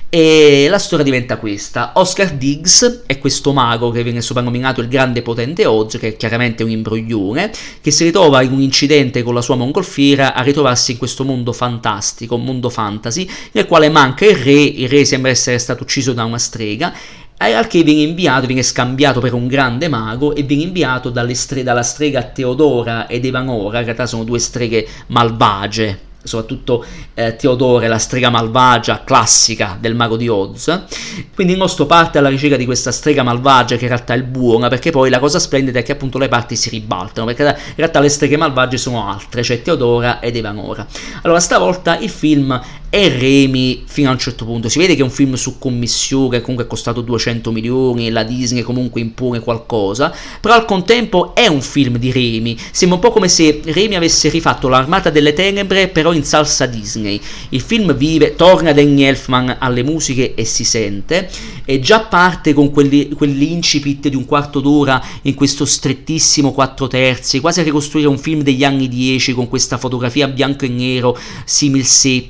e la storia diventa questa: Oscar Diggs è questo mago che viene soprannominato il grande e potente Oz, che è chiaramente un imbroglione, che si ritrova in un incidente con la sua mongolfiera a ritrovarsi in questo mondo fantastico, un mondo fantasy, nel quale manca il re sembra essere stato ucciso da una strega, al che viene scambiato per un grande mago e viene inviato dalla strega Teodora ed Evanora. In realtà sono due streghe malvagie, soprattutto Teodora, la strega malvagia classica del Mago di Oz. Quindi il nostro parte alla ricerca di questa strega malvagia, che in realtà è buona, perché poi la cosa splendida è che appunto le parti si ribaltano, perché in realtà le streghe malvagie sono altre, cioè Teodora ed Evanora. Allora stavolta il film è Raimi fino a un certo punto, si vede che è un film su commissione, che comunque è costato 200 milioni, la Disney comunque impone qualcosa, però al contempo è un film di Raimi. Sembra un po' come se Raimi avesse rifatto l'Armata delle Tenebre però in salsa Disney. Il film vive, torna Danny Elfman alle musiche e si sente, e già parte con quell'incipit di un quarto d'ora in questo strettissimo 4/3, quasi a ricostruire un film degli anni 10 con questa fotografia bianco e nero simil seppia,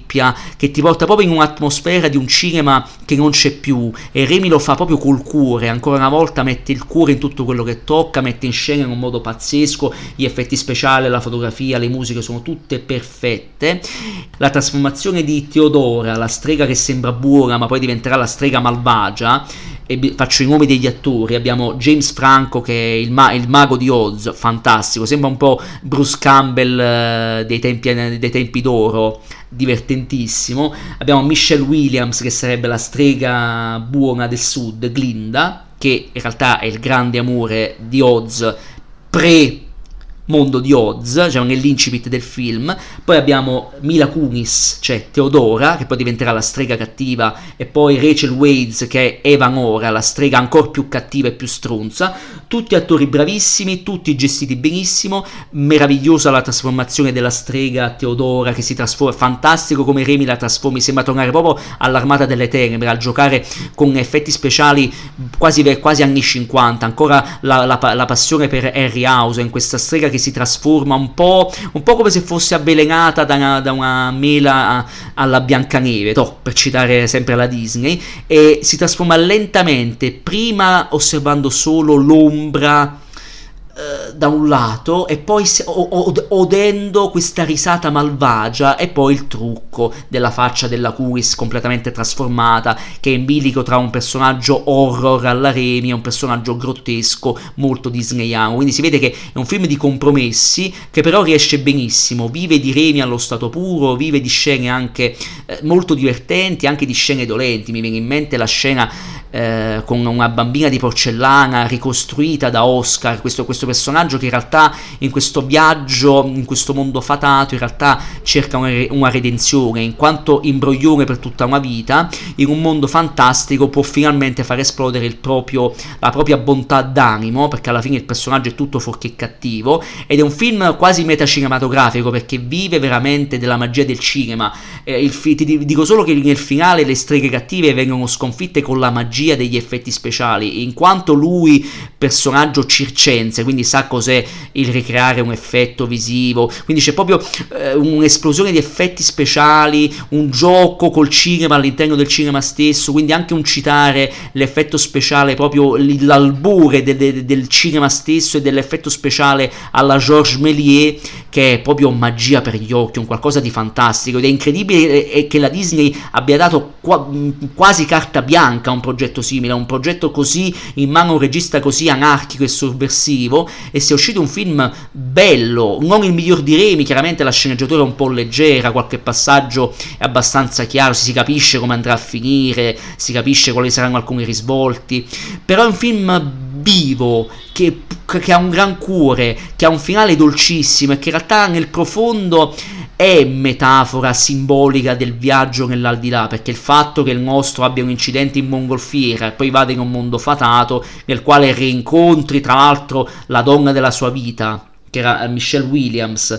che ti porta proprio in un'atmosfera di un cinema che non c'è più, e Raimi lo fa proprio col cuore, ancora una volta mette il cuore in tutto quello che tocca, mette in scena in un modo pazzesco, gli effetti speciali, la fotografia, le musiche sono tutte perfette. La trasformazione di Teodora, la strega che sembra buona ma poi diventerà la strega malvagia, e faccio i nomi degli attori: abbiamo James Franco che è il mago di Oz, fantastico, sembra un po' Bruce Campbell dei tempi d'oro, divertentissimo. Abbiamo Michelle Williams che sarebbe la strega buona del sud, Glinda, che in realtà è il grande amore di Oz pre mondo di Oz, cioè nell'incipit del film. Poi abbiamo Mila Kunis, cioè Teodora, che poi diventerà la strega cattiva, e poi Rachel Weisz che è Eva Nora, la strega ancora più cattiva e più stronza. Tutti attori bravissimi, tutti gestiti benissimo, meravigliosa la trasformazione della strega Teodora che si trasforma, fantastico come Raimi la trasformi, sembra tornare proprio all'Armata delle Tenebre, a giocare con effetti speciali quasi anni 50, ancora la passione per Harryhausen, questa strega che si trasforma un po' come se fosse avvelenata da una mela alla Biancaneve, per citare sempre la Disney, e si trasforma lentamente, prima osservando solo l'ombra da un lato, e poi odendo questa risata malvagia, e poi il trucco della faccia della Kuris completamente trasformata, che è in bilico tra un personaggio horror alla Raimi e un personaggio grottesco molto disneyano. Quindi si vede che è un film di compromessi, che però riesce benissimo, vive di Raimi allo stato puro, vive di scene anche molto divertenti, anche di scene dolenti. Mi viene in mente la scena con una bambina di porcellana ricostruita da Oscar, questo personaggio che in realtà in questo viaggio, in questo mondo fatato, in realtà cerca una redenzione, in quanto imbroglione per tutta una vita, in un mondo fantastico può finalmente far esplodere la propria bontà d'animo, perché alla fine il personaggio è tutto fuorché cattivo, ed è un film quasi metacinematografico, perché vive veramente della magia del cinema. Ti dico solo che nel finale le streghe cattive vengono sconfitte con la magia degli effetti speciali, in quanto lui, personaggio circense, quindi sa cos'è il ricreare un effetto visivo, quindi c'è proprio un'esplosione di effetti speciali, un gioco col cinema all'interno del cinema stesso, quindi anche un citare l'effetto speciale, proprio l'albore del cinema stesso e dell'effetto speciale alla Georges Méliès, che è proprio magia per gli occhi, un qualcosa di fantastico. Ed è incredibile che la Disney abbia dato quasi carta bianca a un progetto simile, a un progetto così in mano a un regista così anarchico e sovversivo, e sia uscito un film bello, non il miglior di Raimi, chiaramente la sceneggiatura è un po' leggera, qualche passaggio è abbastanza chiaro, si capisce come andrà a finire, si capisce quali saranno alcuni risvolti, però è un film vivo, che ha un gran cuore, che ha un finale dolcissimo e che in realtà nel profondo è metafora simbolica del viaggio nell'aldilà, perché il fatto che il nostro abbia un incidente in mongolfiera e poi vada in un mondo fatato, nel quale rincontri tra l'altro la donna della sua vita, che era Michelle Williams,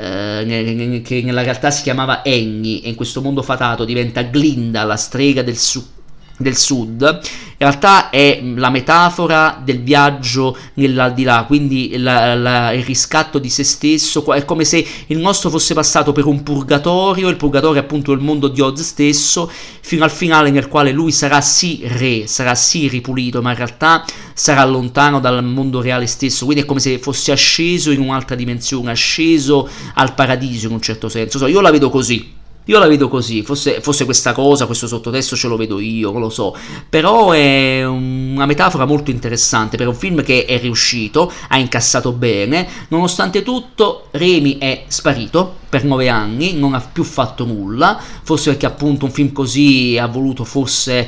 che nella realtà si chiamava Annie, e in questo mondo fatato diventa Glinda, la strega del sud, in realtà è la metafora del viaggio nell'aldilà, quindi il riscatto di se stesso. È come se il nostro fosse passato per un purgatorio, il purgatorio è appunto il mondo di Oz stesso, fino al finale nel quale lui sarà sì re, sarà sì ripulito, ma in realtà sarà lontano dal mondo reale stesso, quindi è come se fosse asceso in un'altra dimensione, asceso al paradiso in un certo senso. Io la vedo così, fosse questa cosa, questo sottotesto ce lo vedo io, non lo so, però è una metafora molto interessante per un film che è riuscito, ha incassato bene. Nonostante tutto Raimi è sparito per 9 anni, non ha più fatto nulla, forse perché appunto un film così ha voluto, forse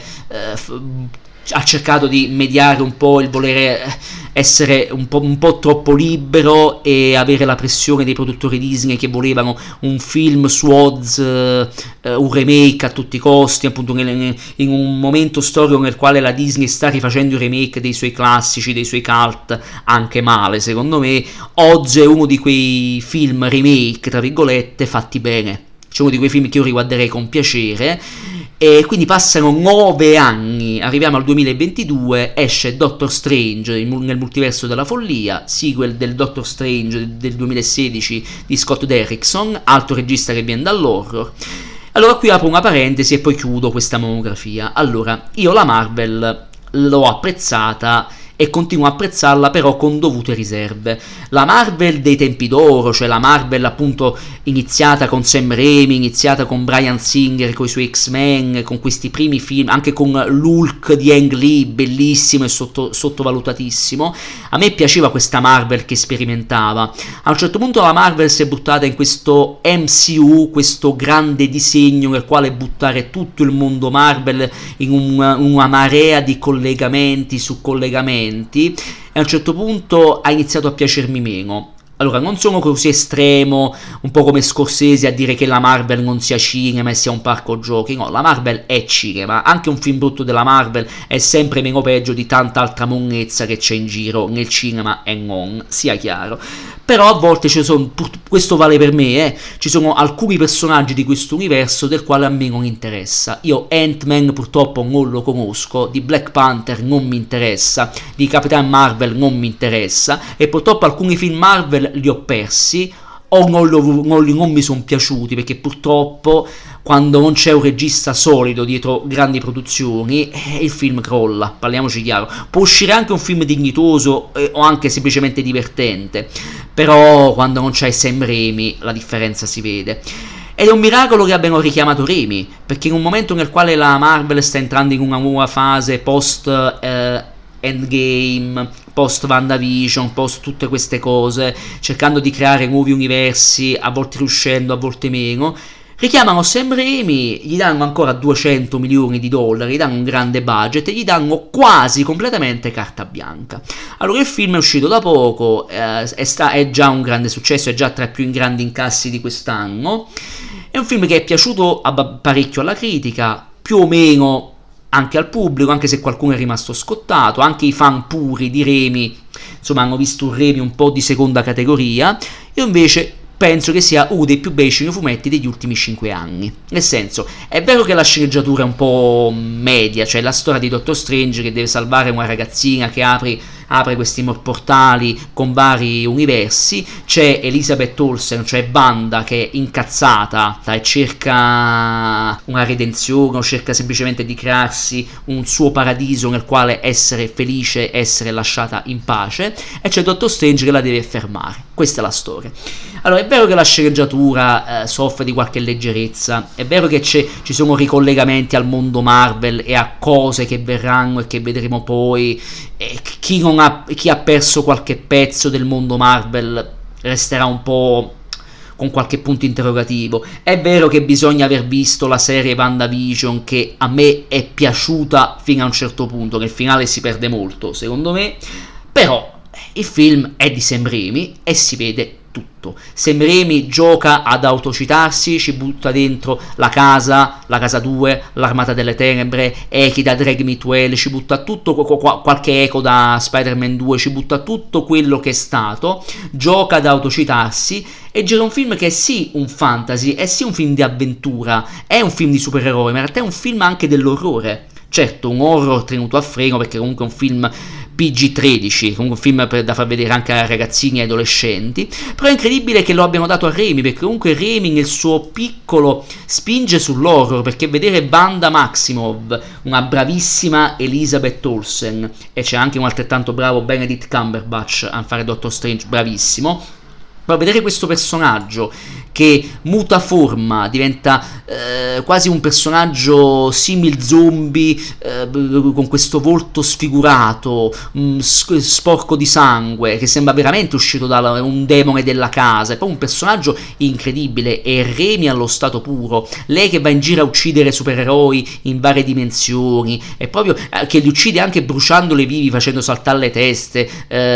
ha cercato di mediare un po' il volere essere un po' troppo libero e avere la pressione dei produttori Disney che volevano un film su Oz, un remake a tutti i costi, appunto in un momento storico nel quale la Disney sta rifacendo i remake dei suoi classici, dei suoi cult, anche male secondo me. Oz è uno di quei film remake tra virgolette fatti bene, c'è uno di quei film che io riguarderei con piacere. E quindi passano 9 anni, arriviamo al 2022, esce Doctor Strange nel multiverso della follia, sequel del Doctor Strange del 2016 di Scott Derrickson, altro regista che viene dall'horror. Allora qui apro una parentesi e poi chiudo questa monografia. Allora, io la Marvel l'ho apprezzata e continuo a apprezzarla, però con dovute riserve. La Marvel dei tempi d'oro, cioè la Marvel appunto iniziata con Sam Raimi, iniziata con Bryan Singer con i suoi X-Men, con questi primi film, anche con l'Hulk di Ang Lee, bellissimo e sottovalutatissimo. A me piaceva questa Marvel che sperimentava. A un certo punto la Marvel si è buttata in questo MCU, questo grande disegno nel quale buttare tutto il mondo Marvel in una marea di collegamenti su collegamenti, e a un certo punto ha iniziato a piacermi meno. Allora, non sono così estremo, un po' come Scorsese, a dire che la Marvel non sia cinema e sia un parco giochi. No, la Marvel è cinema. Anche un film brutto della Marvel è sempre meno peggio di tanta altra monnezza che c'è in giro nel cinema e non, sia chiaro. Però a volte ci sono, questo vale per me, ci sono alcuni personaggi di questo universo del quale a me non interessa. Io Ant-Man purtroppo non lo conosco, di Black Panther non mi interessa, di Capitan Marvel non mi interessa, e purtroppo alcuni film Marvel li ho persi o non mi sono piaciuti, perché purtroppo quando non c'è un regista solido dietro grandi produzioni, il film crolla, parliamoci chiaro. Può uscire anche un film dignitoso o anche semplicemente divertente, però quando non c'è Sam Raimi la differenza si vede. Ed è un miracolo che abbiano richiamato Raimi, perché in un momento nel quale la Marvel sta entrando in una nuova fase post Endgame, post WandaVision, post tutte queste cose, cercando di creare nuovi universi, a volte riuscendo, a volte meno, richiamano Sam Raimi, gli danno ancora 200 milioni di dollari, gli danno un grande budget e gli danno quasi completamente carta bianca. Allora il film è uscito da poco, è già un grande successo, è già tra i più grandi incassi di quest'anno. È un film che è piaciuto parecchio alla critica, più o meno anche al pubblico, anche se qualcuno è rimasto scottato. Anche i fan puri di Raimi, insomma, hanno visto un Raimi un po' di seconda categoria. Io invece penso che sia uno dei più bei cinefumetti degli ultimi 5 anni. Nel senso, è vero che la sceneggiatura è un po' media, cioè la storia di Doctor Strange che deve salvare una ragazzina che apre questi portali con vari universi. C'è Elizabeth Olsen, cioè Wanda, che è incazzata e cerca una redenzione, o cerca semplicemente di crearsi un suo paradiso nel quale essere felice, essere lasciata in pace, e c'è Doctor Strange che la deve fermare. Questa è la storia. Allora, è vero che la sceneggiatura soffre di qualche leggerezza, è vero che ci sono ricollegamenti al mondo Marvel e a cose che verranno e che vedremo poi, e chi ha perso qualche pezzo del mondo Marvel resterà un po' con qualche punto interrogativo. È vero che bisogna aver visto la serie WandaVision, che a me è piaciuta fino a un certo punto, nel finale si perde molto secondo me, però il film è di Sam Raimi e si vede tutto. Sam Raimi gioca ad autocitarsi, ci butta dentro la casa 2, l'Armata delle Tenebre, echi da Drag Me to Hell, ci butta tutto, qualche eco da Spider-Man 2, ci butta tutto quello che è stato, gioca ad autocitarsi e gira un film che è sì un fantasy, è sì un film di avventura, è un film di supereroi, ma in realtà è un film anche dell'orrore. Certo, un horror tenuto a freno, perché comunque è un film PG-13, comunque un film da far vedere anche a ragazzini e adolescenti. Però è incredibile che lo abbiano dato a Raimi, perché comunque Raimi nel suo piccolo spinge sull'horror, perché vedere Wanda Maximoff, una bravissima Elizabeth Olsen, e c'è anche un altrettanto bravo Benedict Cumberbatch a fare Doctor Strange, bravissimo. Però vedere questo personaggio che muta forma, diventa quasi un personaggio simil zombie, con questo volto sfigurato, sporco di sangue, che sembra veramente uscito da un demone della casa. È poi un personaggio incredibile, e Raimi allo stato puro. Lei che va in giro a uccidere supereroi in varie dimensioni, e proprio che li uccide anche bruciandoli vivi, facendo saltare le teste,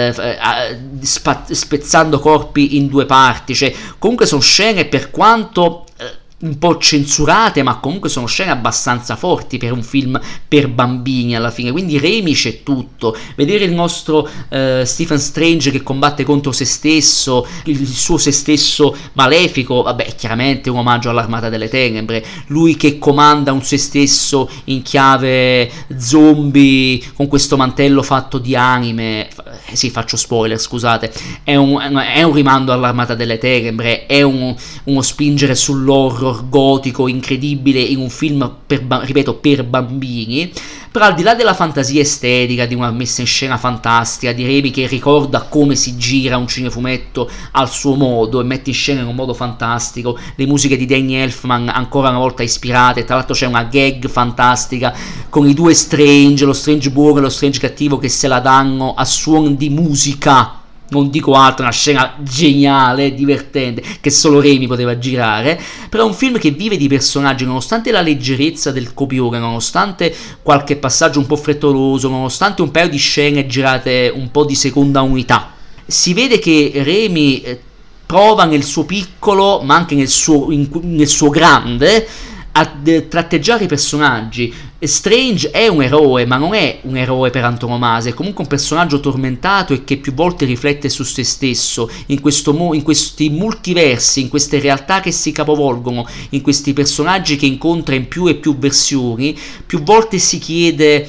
spezzando corpi in 2 parti. Cioè, comunque sono scene, per quanto un po' censurate, ma comunque sono scene abbastanza forti per un film per bambini alla fine. Quindi Raimi c'è tutto. Vedere il nostro Stephen Strange che combatte contro se stesso, il suo se stesso malefico, vabbè, è chiaramente un omaggio all'Armata delle Tenebre. Lui che comanda un se stesso in chiave zombie con questo mantello fatto di anime. Sì, faccio spoiler, scusate. È un rimando all'Armata delle Tenebre, è uno spingere sull'horror horror gotico incredibile in un film per bambini. Però al di là della fantasia estetica, di una messa in scena fantastica, di Raimi che ricorda come si gira un cinefumetto al suo modo e mette in scena in un modo fantastico, le musiche di Danny Elfman ancora una volta ispirate, tra l'altro c'è una gag fantastica con i due Strange, lo Strange buono e lo Strange cattivo, che se la danno a suon di musica. Non dico altro, una scena geniale, divertente, che solo Raimi poteva girare. Però è un film che vive di personaggi, nonostante la leggerezza del copione, nonostante qualche passaggio un po' frettoloso, nonostante un paio di scene girate un po' di seconda unità. Si vede che Raimi prova nel suo piccolo, ma anche nel suo grande, a tratteggiare i personaggi. Strange è un eroe, ma non è un eroe per antonomasia, è comunque un personaggio tormentato e che più volte riflette su se stesso, in questi multiversi, in queste realtà che si capovolgono, in questi personaggi che incontra in più e più versioni. Più volte si chiede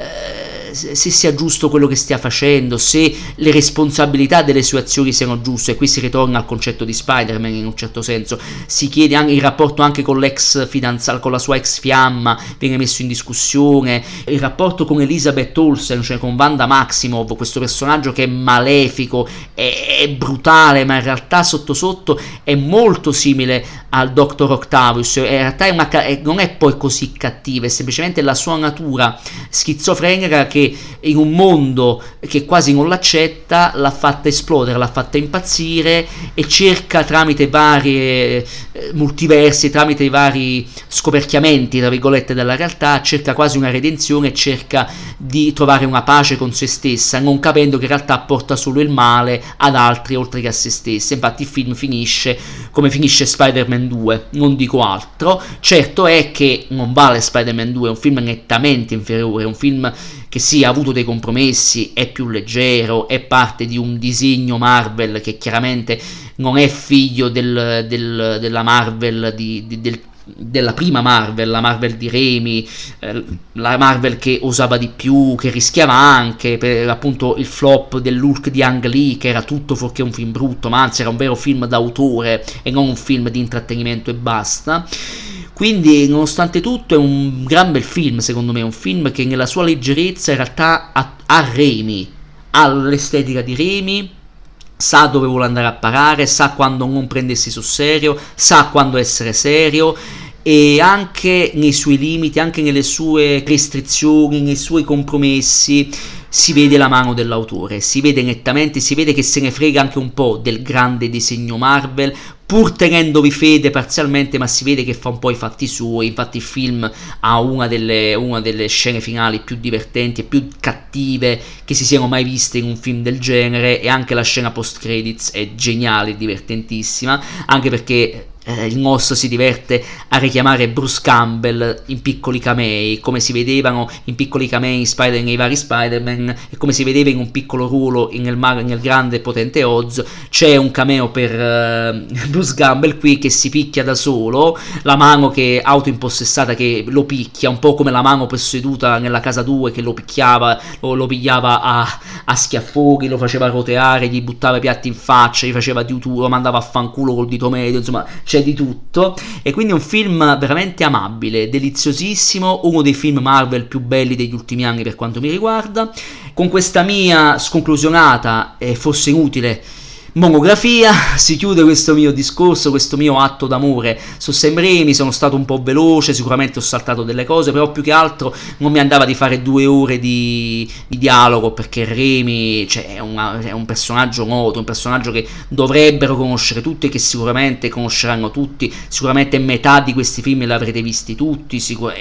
se sia giusto quello che stia facendo, se le responsabilità delle sue azioni siano giuste, e qui si ritorna al concetto di Spider-Man in un certo senso. Si chiede anche il rapporto anche con l'ex fidanzata, con la sua ex fiamma, viene messo in discussione, il rapporto con Elizabeth Olsen, cioè con Wanda Maximoff, questo personaggio che è malefico, è brutale, ma in realtà sotto sotto è molto simile al Dr. Octavius, in realtà non è poi così cattiva, è semplicemente la sua natura schizofrenica che in un mondo che quasi non l'accetta l'ha fatta esplodere, l'ha fatta impazzire, e cerca tramite vari multiversi, tramite i vari scoperchiamenti tra virgolette della realtà, cerca quasi una redenzione, cerca di trovare una pace con se stessa, non capendo che in realtà porta solo il male ad altri oltre che a se stessa. Infatti il film finisce come finisce Spider-Man 2, non dico altro. Certo è che non vale Spider-Man 2, è un film nettamente inferiore, è un film che sì, ha avuto dei compromessi, è più leggero, è parte di un disegno Marvel che chiaramente non è figlio della Marvel della prima Marvel, la Marvel di Raimi, la Marvel che osava di più, che rischiava anche per appunto il flop dell'Hulk di Ang Lee, che era tutto fuorché un film brutto, ma anzi era un vero film d'autore e non un film di intrattenimento e basta. Quindi nonostante tutto è un gran bel film, secondo me, è un film che nella sua leggerezza in realtà ha Raimi, ha l'estetica di Raimi, sa dove vuole andare a parare, sa quando non prendersi sul serio, sa quando essere serio, e anche nei suoi limiti, anche nelle sue restrizioni, nei suoi compromessi si vede la mano dell'autore, si vede nettamente, si vede che se ne frega anche un po' del grande disegno Marvel, pur tenendovi fede parzialmente, ma si vede che fa un po' i fatti suoi. Infatti il film ha una delle scene finali più divertenti e più cattive che si siano mai viste in un film del genere, e anche la scena post credits è geniale, divertentissima, anche perché il Moss si diverte a richiamare Bruce Campbell in piccoli camei, come si vedevano in piccoli camei nei vari Spider-Man, e come si vedeva in un piccolo ruolo nel grande e potente Oz. C'è un cameo per Bruce Campbell qui che si picchia da solo, la mano che autoimpossessata che lo picchia, un po' come la mano posseduta nella casa 2 che lo picchiava, lo pigliava a schiaffoni, lo faceva roteare, gli buttava i piatti in faccia, gli faceva di tutto, lo mandava a fanculo col dito medio, insomma c'è di tutto. E quindi è un film veramente amabile, deliziosissimo, uno dei film Marvel più belli degli ultimi anni per quanto mi riguarda. Con questa mia sconclusionata e forse inutile monografia si chiude questo mio discorso, questo mio atto d'amore su Sam Raimi. Sono stato un po' veloce, sicuramente ho saltato delle cose, però più che altro non mi andava di fare 2 ore di dialogo, perché Raimi, cioè, è un personaggio noto, un personaggio che dovrebbero conoscere tutti e che sicuramente conosceranno tutti. Sicuramente metà di questi film l'avrete visti tutti,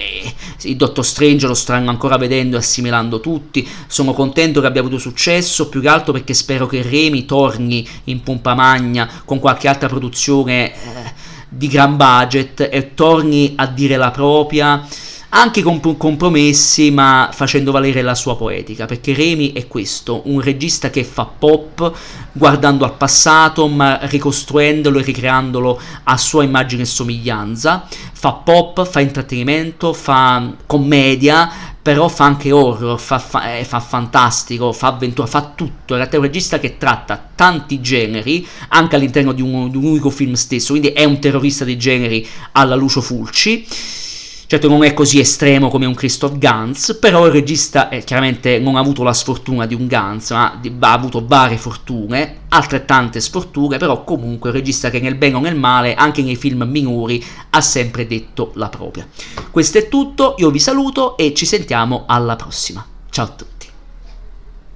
il Dottor Strange lo staranno ancora vedendo e assimilando tutti. Sono contento che abbia avuto successo, più che altro perché spero che Raimi torni in pompa magna con qualche altra produzione di gran budget e torni a dire la propria, anche con compromessi, ma facendo valere la sua poetica, perché Raimi è questo, un regista che fa pop guardando al passato ma ricostruendolo e ricreandolo a sua immagine e somiglianza. Fa pop, fa intrattenimento, fa commedia, però fa anche horror, fa fantastico, fa avventura, fa tutto. In realtà è un regista che tratta tanti generi anche all'interno di un unico film stesso, quindi è un terrorista dei generi alla Lucio Fulci. Certo non è così estremo come un Christoph Gans, però il regista chiaramente non ha avuto la sfortuna di un Gans, ma ha avuto varie fortune, altrettante sfortune, però comunque un regista che nel bene o nel male, anche nei film minori, ha sempre detto la propria. Questo è tutto, io vi saluto e ci sentiamo alla prossima. Ciao a tutti.